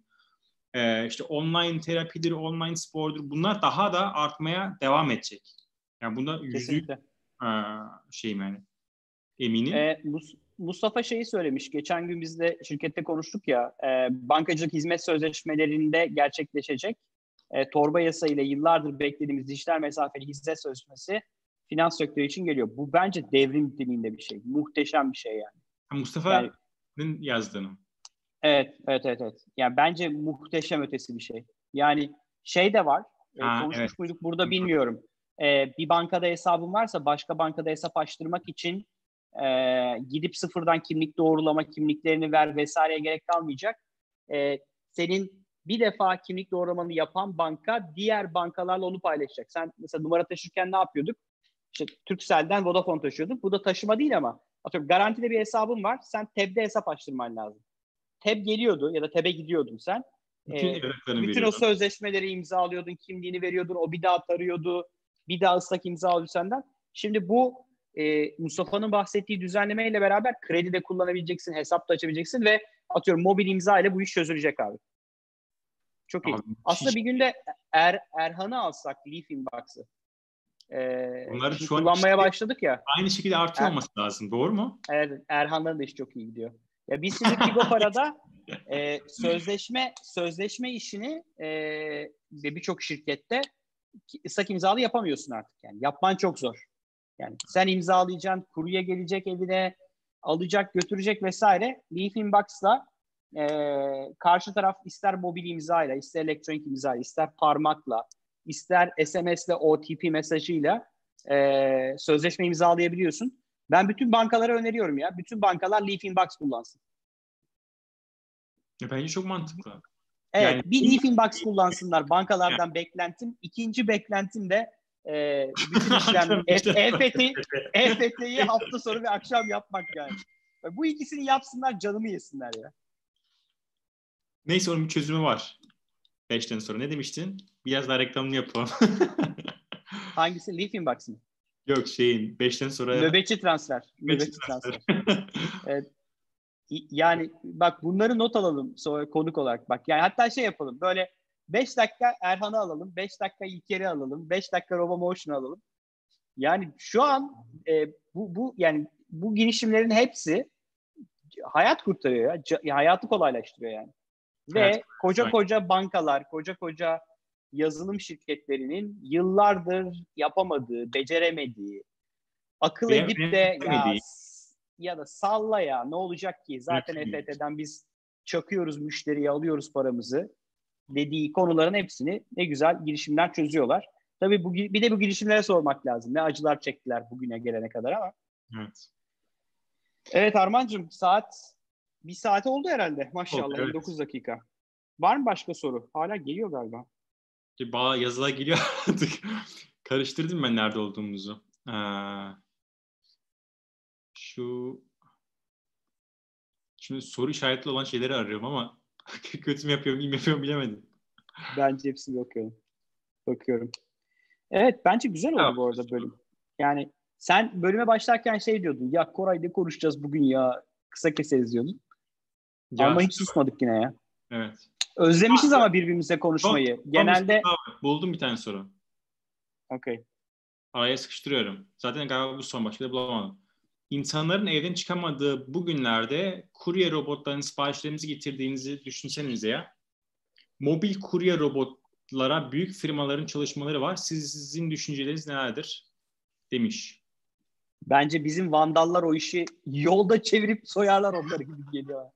e, işte online terapidir, online spordur bunlar daha da artmaya devam edecek. Yani bunda yüzde yüz Kesinlikle. e, şeyim yani eminim. Ee, Mus- Mustafa şeyi söylemiş. Geçen gün biz de şirkette konuştuk ya. E, bankacılık hizmet sözleşmelerinde gerçekleşecek. E, torba yasa ile yıllardır beklediğimiz dijital mesafeli hizmet sözleşmesi finans sektörü için geliyor. Bu bence devrim niteliğinde bir şey. Muhteşem bir şey yani. Yani Mustafa'nın yazdığını. evet, evet, evet, evet. Yani bence muhteşem ötesi bir şey. Yani şey de var. E, Ha, evet. konuşmuş muyduk burada bilmiyorum. E, bir bankada hesabın varsa başka bankada hesap açtırmak için e, gidip sıfırdan kimlik doğrulama, kimliklerini ver vesaireye gerek kalmayacak. E, senin bir defa kimlik doğrulamanı yapan banka diğer bankalarla onu paylaşacak. Sen mesela numara taşırken ne yapıyorduk? İşte Turkcell'den Vodafone taşıyorduk. Bu da taşıma değil ama atıyorum garantide bir hesabın var. Sen T E B'de hesap açtırman lazım. T E B geliyordu ya da T E B'e gidiyordun sen. Bütün E, evraklarını bütün o veriyordum. sözleşmeleri imzalıyordun, kimliğini veriyordun, o bir daha tarıyordu, bir daha ıslak imza alıyordu senden. Şimdi bu e, Mustafa'nın bahsettiği düzenlemeyle beraber kredi de kullanabileceksin, hesap da açabileceksin ve atıyorum mobil imza ile bu iş çözülecek abi. Çok iyi. Abi, Aslında hiç, bir günde er, Erhan'ı alsak, Leaf Inbox'ı. E, bunların şimdi şu an kullanmaya işte başladık ya. aynı şekilde artıyor Er, olması lazım. Doğru mu? er, Erhan'ların da işi çok iyi gidiyor. Ya biz şimdi Figo Para'da e, sözleşme sözleşme işini e, ve birçok şirkette ıslak imzalı yapamıyorsun artık yani. Yapman çok zor. Yani sen imzalayacaksın, kurye gelecek evine, alacak, götürecek vesaire. Leaf Inbox'la e, karşı taraf ister mobil imzayla, ister elektronik imzayla, ister parmakla, ister S M S'le, O T P mesajıyla e, sözleşme imzalayabiliyorsun. Ben bütün bankalara öneriyorum ya. Bütün bankalar Leaf Inbox kullansın. Ya bence çok mantıklı. Evet, Yani bir Leaf Inbox kullansınlar. Bankalardan beklentim. İkinci beklentim de e, bütün işlem E F T E F T'yi hafta sonu ve akşam yapmak yani. Bu ikisini yapsınlar, canımı yesinler ya. Neyse onun bir çözümü var. Beşten sonra ne demiştin? Biraz daha reklamını yapalım. Hangisi? Leaf Inbox mı? Yok şeyin beşten sonra Nöbetçi transfer. beş Nöbetçi transfer. transfer. Evet. Yani bak bunları not alalım sonra konuk olarak bak. Yani hatta şey yapalım. Böyle beş dakika Erhan'ı alalım. beş dakika İlker'i alalım. beş dakika Robo Motion'u alalım. Yani şu an e, bu, bu yani bu girişimlerin hepsi hayat kurtarıyor ya. Ca- hayatı kolaylaştırıyor yani. Hayat. Ve koca koca bankalar, koca koca yazılım şirketlerinin yıllardır yapamadığı, beceremediği, akıl edip de ya Veremediği ya da salla ya ne olacak ki? Zaten yönetimi. E F T'den biz çakıyoruz müşteriye, alıyoruz paramızı dediği konuların hepsini ne güzel girişimler çözüyorlar. Tabii bu, bir de bu girişimlere sormak lazım. Ne acılar çektiler bugüne gelene kadar ama. Evet. Evet Armancığım saat Bir saate oldu herhalde. Oldu, Maşallah. evet. elli dokuz dakika. Var mı başka soru? Hala geliyor galiba. Bağ yazılar geliyor artık. Karıştırdım ben nerede olduğumuzu. Ee, şu şimdi soru işaretli olan şeyleri arıyorum ama kötü mü yapıyorum, iyi mi yapıyorum bilemedim. Bence hepsini bakıyorum. Bakıyorum. Evet, bence güzel oldu Tamam. bu arada bölüm. Yani sen bölüme başlarken şey diyordun. Ya Koray ne konuşacağız bugün ya? Kısa keseriz diyordun. Ya, Ama hiç susmadık yine ya. evet. Özlemişiz ama birbirimize Son, konuşmayı. son bir Genelde... soru daha var. Buldum bir tane soru. Okey. Araya sıkıştırıyorum. Zaten galiba bu son, başka da bulamadım. İnsanların evden çıkamadığı bu günlerde kurye robotlarının siparişlerinizi getirdiğinizi düşünsenize ya. Mobil kurye robotlara büyük firmaların çalışmaları var. Sizin düşünceleriniz nelerdir? Demiş. Bence bizim vandallar o işi yolda çevirip soyarlar onları gibi geliyor.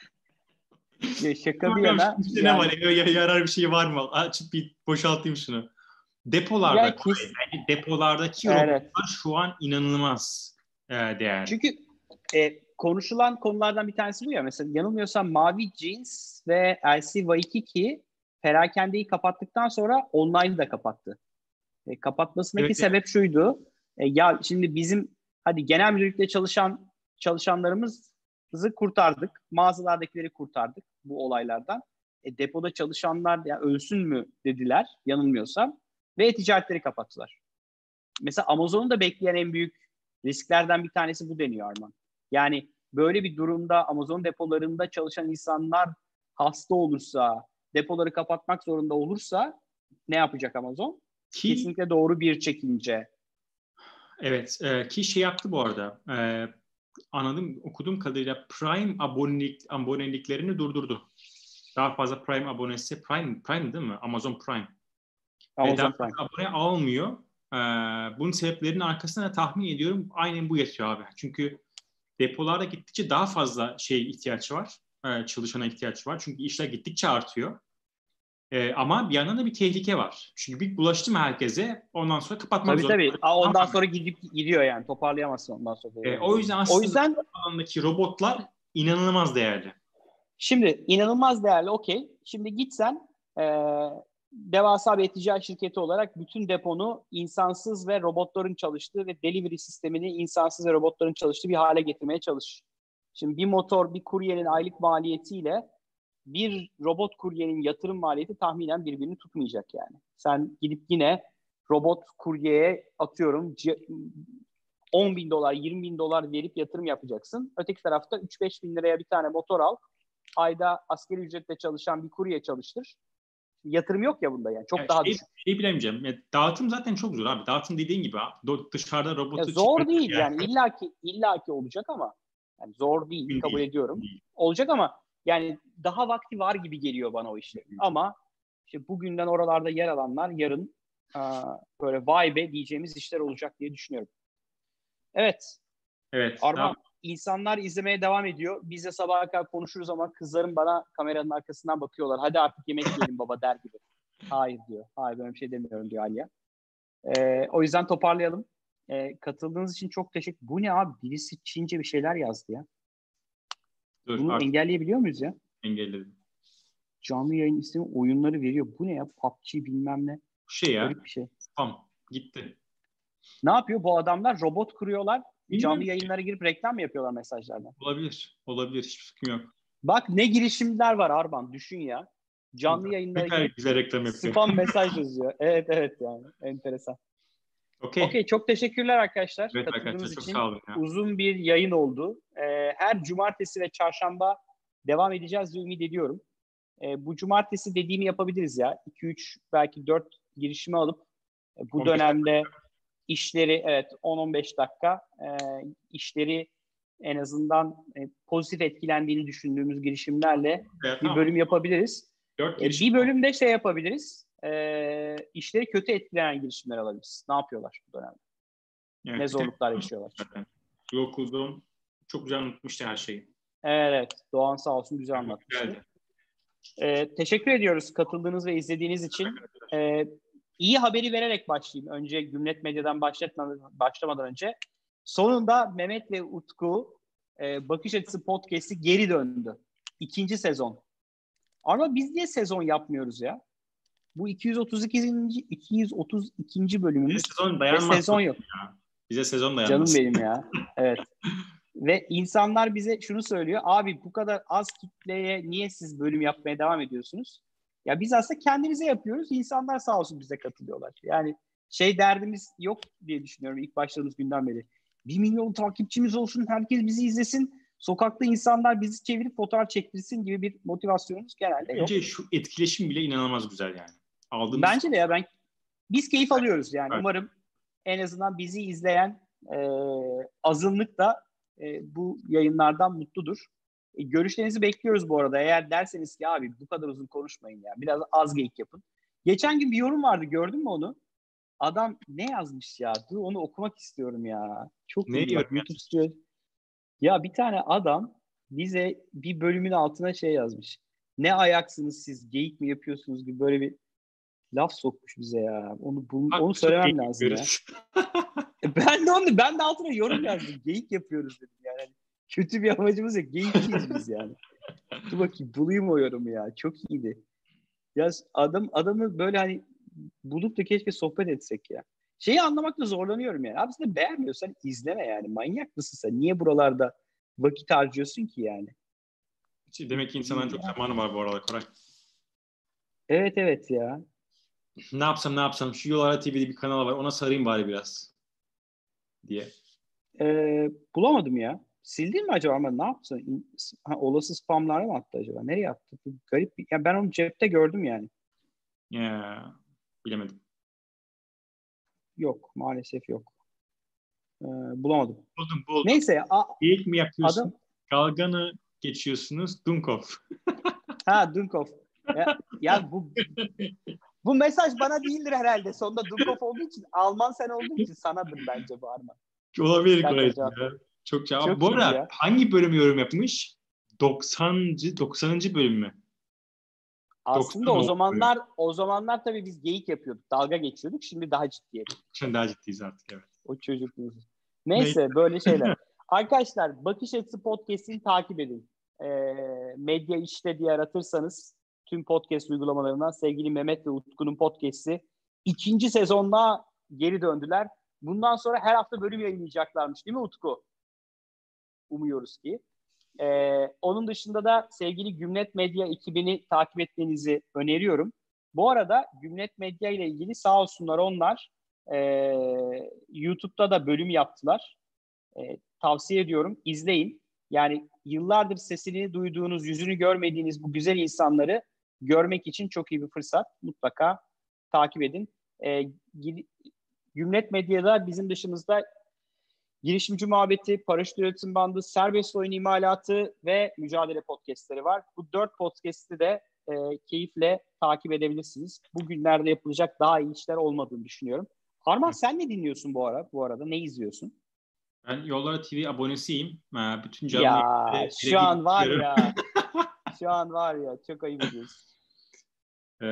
Ya şaka bir yana. İşte ne Yani, var? Ya, ya, yarar bir şey var mı? Açıp bir boşaltayım şunu. Depolarda, ya kes, yani depolardaki evet. robotlar şu an inanılmaz e, değerli. Çünkü e, konuşulan konulardan bir tanesi bu ya. Mesela yanılmıyorsam Mavi Jeans ve L C Waikiki perakendeyi kapattıktan sonra online'ı da kapattı. E, kapatmasındaki Evet, sebep şuydu. E, ya şimdi bizim hadi genel müdürlükte çalışan çalışanlarımızı kurtardık. Mağazalardakileri kurtardık bu olaylardan. E, depoda çalışanlar ya ölsün mü dediler yanılmıyorsam ve e-ticaretleri kapattılar. Mesela Amazon'u da bekleyen en büyük risklerden bir tanesi bu deniyor Arman. Yani böyle bir durumda Amazon depolarında çalışan insanlar hasta olursa, depoları kapatmak zorunda olursa ne yapacak Amazon? ki Kesinlikle doğru bir çekince. evet e, ki şey yaptı bu arada. E, anladım, okuduğum kadarıyla Prime abonelik aboneliklerini durdurdu. Daha fazla Prime abonesi Prime Prime değil mi? Amazon Prime. E, daha Amazon Prime. fazla abone almıyor. E, bunun sebeplerinin arkasına tahmin ediyorum aynen bu yatıyor abi. Çünkü depolarda gittikçe daha fazla şey ihtiyaç var. E, çalışana ihtiyaç var. Çünkü işler gittikçe artıyor. E, ama bir yandan da bir tehlike var. Çünkü bir bulaştı mı herkese ondan sonra kapatmak Tabii zorunda. tabii. Aa, ondan sonra gidip gidiyor yani. Toparlayamazsın ondan sonra. E, o yüzden O aslında yüzden bu alandaki robotlar inanılmaz değerli. şimdi inanılmaz değerli, okey. Şimdi gitsen e, devasa bir ticaret şirketi olarak bütün deponu insansız ve robotların çalıştığı ve delivery sistemini insansız ve robotların çalıştığı bir hale getirmeye çalış. Şimdi bir motor, bir kuryenin aylık maliyetiyle bir robot kuryenin yatırım maliyeti tahminen birbirini tutmayacak yani. Sen gidip yine robot kuryeye atıyorum on bin dolar, yirmi bin dolar verip yatırım yapacaksın. Öteki tarafta üç beş bin liraya bir tane motor al. Ayda asgari ücretle çalışan bir kurye çalıştır. Yatırım yok ya bunda yani. Çok Yani daha şey, düşük. şey bilemeyeceğim. Ya, dağıtım zaten çok zor abi. Dağıtım dediğin gibi abi. Dışarıda Ya robotu zor değil yani. yani illaki illaki olacak ama yani zor değil, Değil, kabul ediyorum. değil. Olacak ama yani daha vakti var gibi geliyor bana o işlerin. Ama işte bugünden oralarda yer alanlar yarın aa, böyle vay be diyeceğimiz işler olacak diye düşünüyorum. Evet. Evet. Arman, Tamam. insanlar izlemeye devam ediyor. Biz de sabaha kadar konuşuruz ama kızlarım bana kameranın arkasından bakıyorlar. Hadi artık yemek yiyelim baba der gibi. Hayır diyor. Hayır böyle bir şey demiyorum diyor Aliye. Ee, o yüzden toparlayalım. Ee, katıldığınız için çok teşekkür. Bu ne abi? Birisi Çince bir şeyler yazdı ya. Dur Bunu artık engelleyebiliyor muyuz ya? engelledim. Canlı yayın istemi oyunları veriyor. Bu ne ya? P U B G bilmem ne. Bu şey ya. Garip bir şey. Tamam. Gitti. Ne yapıyor bu adamlar? Robot kuruyorlar. Bilmiyorum. Canlı yayınlara girip reklam mı yapıyorlar mesajlardan? Olabilir. Olabilir. Hiçbir fikrim yok. Bak ne girişimler var Arban. Düşün ya. Canlı yayınlara Ne kadar girip güzel reklam yapıyor. spam mesaj yazıyor. Evet evet yani. Enteresan. Okey. Okey, çok teşekkürler arkadaşlar. Evet arkadaşlar Katıldığınız çok için. sağ olun ya. Uzun bir yayın oldu. Ee, her cumartesi ve çarşamba devam edeceğiz diye ümit ediyorum. Ee, bu cumartesi dediğimi yapabiliriz ya. iki üç belki dört girişimi alıp e, bu dönemde işleri evet on on beş dakika e, işleri en azından e, pozitif etkilendiğini düşündüğümüz girişimlerle Evet, bir tamam. bölüm yapabiliriz. Dört E, girişim bir bölümde şey yapabiliriz. E, işleri kötü etkileyen girişimler alabiliriz. Ne yapıyorlar bu dönemde? Evet, Ne zorluklar tek- yaşıyorlar? zaten. Okudum. Çok güzel anlatmıştı her şeyi. Evet, Doğan sağ olsun güzel anlatmıştı. Güzeldi. E, teşekkür ediyoruz katıldığınız ve izlediğiniz için. E, iyi haberi vererek başlayayım. Önce Gümlet Medya'dan başlatmadan, başlamadan önce. Sonunda Mehmet ve Utku e, Bakış Açısı Podcast'i geri döndü. İkinci sezon. Ama biz niye sezon yapmıyoruz ya? Bu iki yüz otuz ikinci. iki yüz otuz ikinci bölümümüz sezon ve sezon yok. Ya. Bize sezon dayanmaz. Canım benim ya. Evet. Ve insanlar bize şunu söylüyor. Abi bu kadar az kitleye niye siz bölüm yapmaya devam ediyorsunuz? Ya biz aslında kendimize yapıyoruz. İnsanlar sağ olsun bize katılıyorlar. Yani şey derdimiz yok diye düşünüyorum ilk başladığımız günden beri. Bir milyon takipçimiz olsun, herkes bizi izlesin. Sokakta insanlar bizi çevirip fotoğraf çektirsin gibi bir motivasyonumuz genelde yok. Bence şu etkileşim bile inanılmaz güzel yani. Aldığımız... Bence de ya ben biz keyif alıyoruz yani. Evet. Umarım en azından bizi izleyen e, azınlık da e, bu yayınlardan mutludur. E, görüşlerinizi bekliyoruz bu arada. Eğer derseniz ki abi bu kadar uzun konuşmayın ya. Biraz az geyik yapın. Geçen gün bir yorum vardı, gördün mü onu? Adam ne yazmış ya? Dur onu okumak istiyorum ya. Çok ne iyi. yorum YouTube Studio. Ya bir tane adam bize bir bölümün altına şey yazmış. Ne ayaksınız siz? Geyik mi yapıyorsunuz gibi böyle bir laf sokmuş bize ya. Onu bu, Bak, onu söylemem lazım ya. Ben de onu ben de altına yorum yazdım. Geyik yapıyoruz dedim yani. Hani kötü bir amacımız yok. Geyikçiyiz biz yani. Dur bakayım bulayım o yorumu ya. Çok iyiydi. Ya adam adamı böyle hani bulup da keşke sohbet etsek ya. Şeyi anlamakta zorlanıyorum yani. Abi sen beğenmiyorsan izleme yani. Manyak mısın sen? Niye buralarda vakit harcıyorsun ki yani? Demek ki insanların çok zamanı var bu arada Koray. Evet evet ya. Ne yapsam ne yapsam şu Yollara T V'de bir kanal var ona sarayım bari biraz diye. Ee, bulamadım ya. Sildin mi acaba ama ne yaptın? Ha, olası spamlara mı attı acaba? Nereye attı? Bu garip bir... Ya ben onu cepte gördüm yani. Ya, bilemedim. Yok maalesef yok. Ee, bulamadım. Buldum buldum. Neyse. A- Geyik mi yapıyorsun? adam... Galgan'ı geçiyorsunuz. Dunkov. Ha Dunkov. Ya, ya bu bu mesaj bana değildir herhalde. Sonunda Dunkov olduğu için Alman sen olduğu için sanadır bence bu Arman. Olabilir Koray. cevap Ya. Çok cevap. Çok Bu iyi arada ya. hangi bölüm yorum yapmış? doksancı. doksanıncı bölüm mü? Aslında o zamanlar o zamanlar tabii biz geyik yapıyorduk. Dalga geçiyorduk. Şimdi daha ciddiye. Şimdi daha ciddiyiz artık evet. O çocukluğumuz. Neyse, Neyse böyle şeyler. Arkadaşlar Bakış Açısı Podcast'ini takip edin. Ee, Medya İşte diye aratırsanız tüm podcast uygulamalarından sevgili Mehmet ve Utku'nun podcast'i ikinci sezonda geri döndüler. Bundan sonra her hafta bölüm yayınlayacaklarmış değil mi Utku? Umuyoruz ki. Ee, onun dışında da sevgili Gümlet Medya ekibini takip etmenizi öneriyorum. Bu arada Gümlet Medya ile ilgili sağ olsunlar onlar e, YouTube'da da bölüm yaptılar. E, tavsiye ediyorum. İzleyin. Yani yıllardır sesini duyduğunuz, yüzünü görmediğiniz bu güzel insanları görmek için çok iyi bir fırsat. Mutlaka takip edin. E, Gümlet Medya'da bizim dışımızda Girişimci Muhabbeti, Paraşüt Üretim Bandı, Serbest Oyun İmalatı ve Mücadele Podcast'leri var. Bu dört podcast'i de e, keyifle takip edebilirsiniz. Bugünlerde yapılacak daha iyi işler olmadığını düşünüyorum. Arman sen ne dinliyorsun bu ara? Bu arada ne izliyorsun? Ben Yollara T V abonesiyim. Bütün canlı ya şu an var ya şu an var ya çok ayıp ediyorsun. Ee,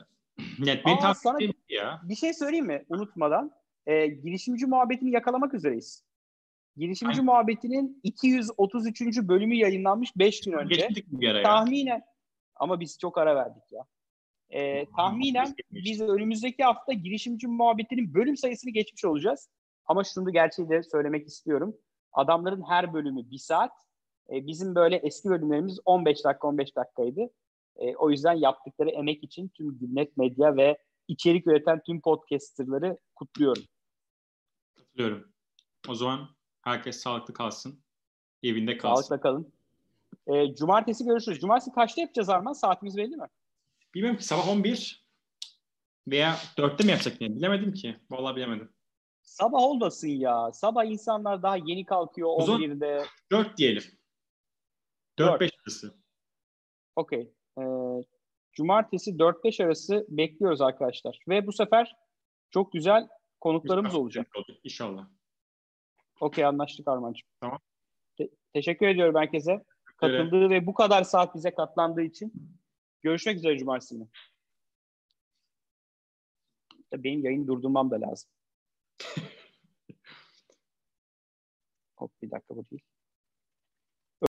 net beni Aa, sana ya. bir şey söyleyeyim mi unutmadan? E, girişimci muhabbetini yakalamak üzereyiz. Girişimci Aynen. Muhabbeti'nin iki yüz otuz üçüncü bölümü yayınlanmış beş gün önce. Geçmedik mi bir ara ya? Tahminen ama biz çok ara verdik ya. Ee, tahminen biz önümüzdeki hafta Girişimci Muhabbeti'nin bölüm sayısını geçmiş olacağız. Ama şunu da gerçeği de söylemek istiyorum. Adamların her bölümü bir saat. Ee, bizim böyle eski bölümlerimiz on beş dakika on beş dakikaydı. Ee, o yüzden yaptıkları emek için tüm Gümlet Medya ve içerik üreten tüm podcasterları kutluyorum. Katılıyorum. O zaman herkes sağlıklı kalsın. Evinde kalsın. Sağlıkla kalın. E, cumartesi görüşürüz. Cumartesi kaçta yapacağız Arman? Saatimiz belli mi? Bilmiyorum ki sabah on bir veya dörtte mi yapacak diye. Bilemedim ki. Vallahi bilemedim. Sabah olmasın ya. Sabah insanlar daha yeni kalkıyor on birde. dört diyelim. dört beş arası. Okey. E, cumartesi dört beş arası bekliyoruz arkadaşlar. Ve bu sefer çok güzel konuklarımız İnşallah. olacak. İnşallah. Okey, anlaştık Armancığım. Tamam. Te- teşekkür ediyorum herkese. Katıldığı Öyle. Ve bu kadar saat bize katlandığı için. Görüşmek üzere cumartesi günü. Benim yayını durdurmam da lazım. Hop bir dakika bu değil.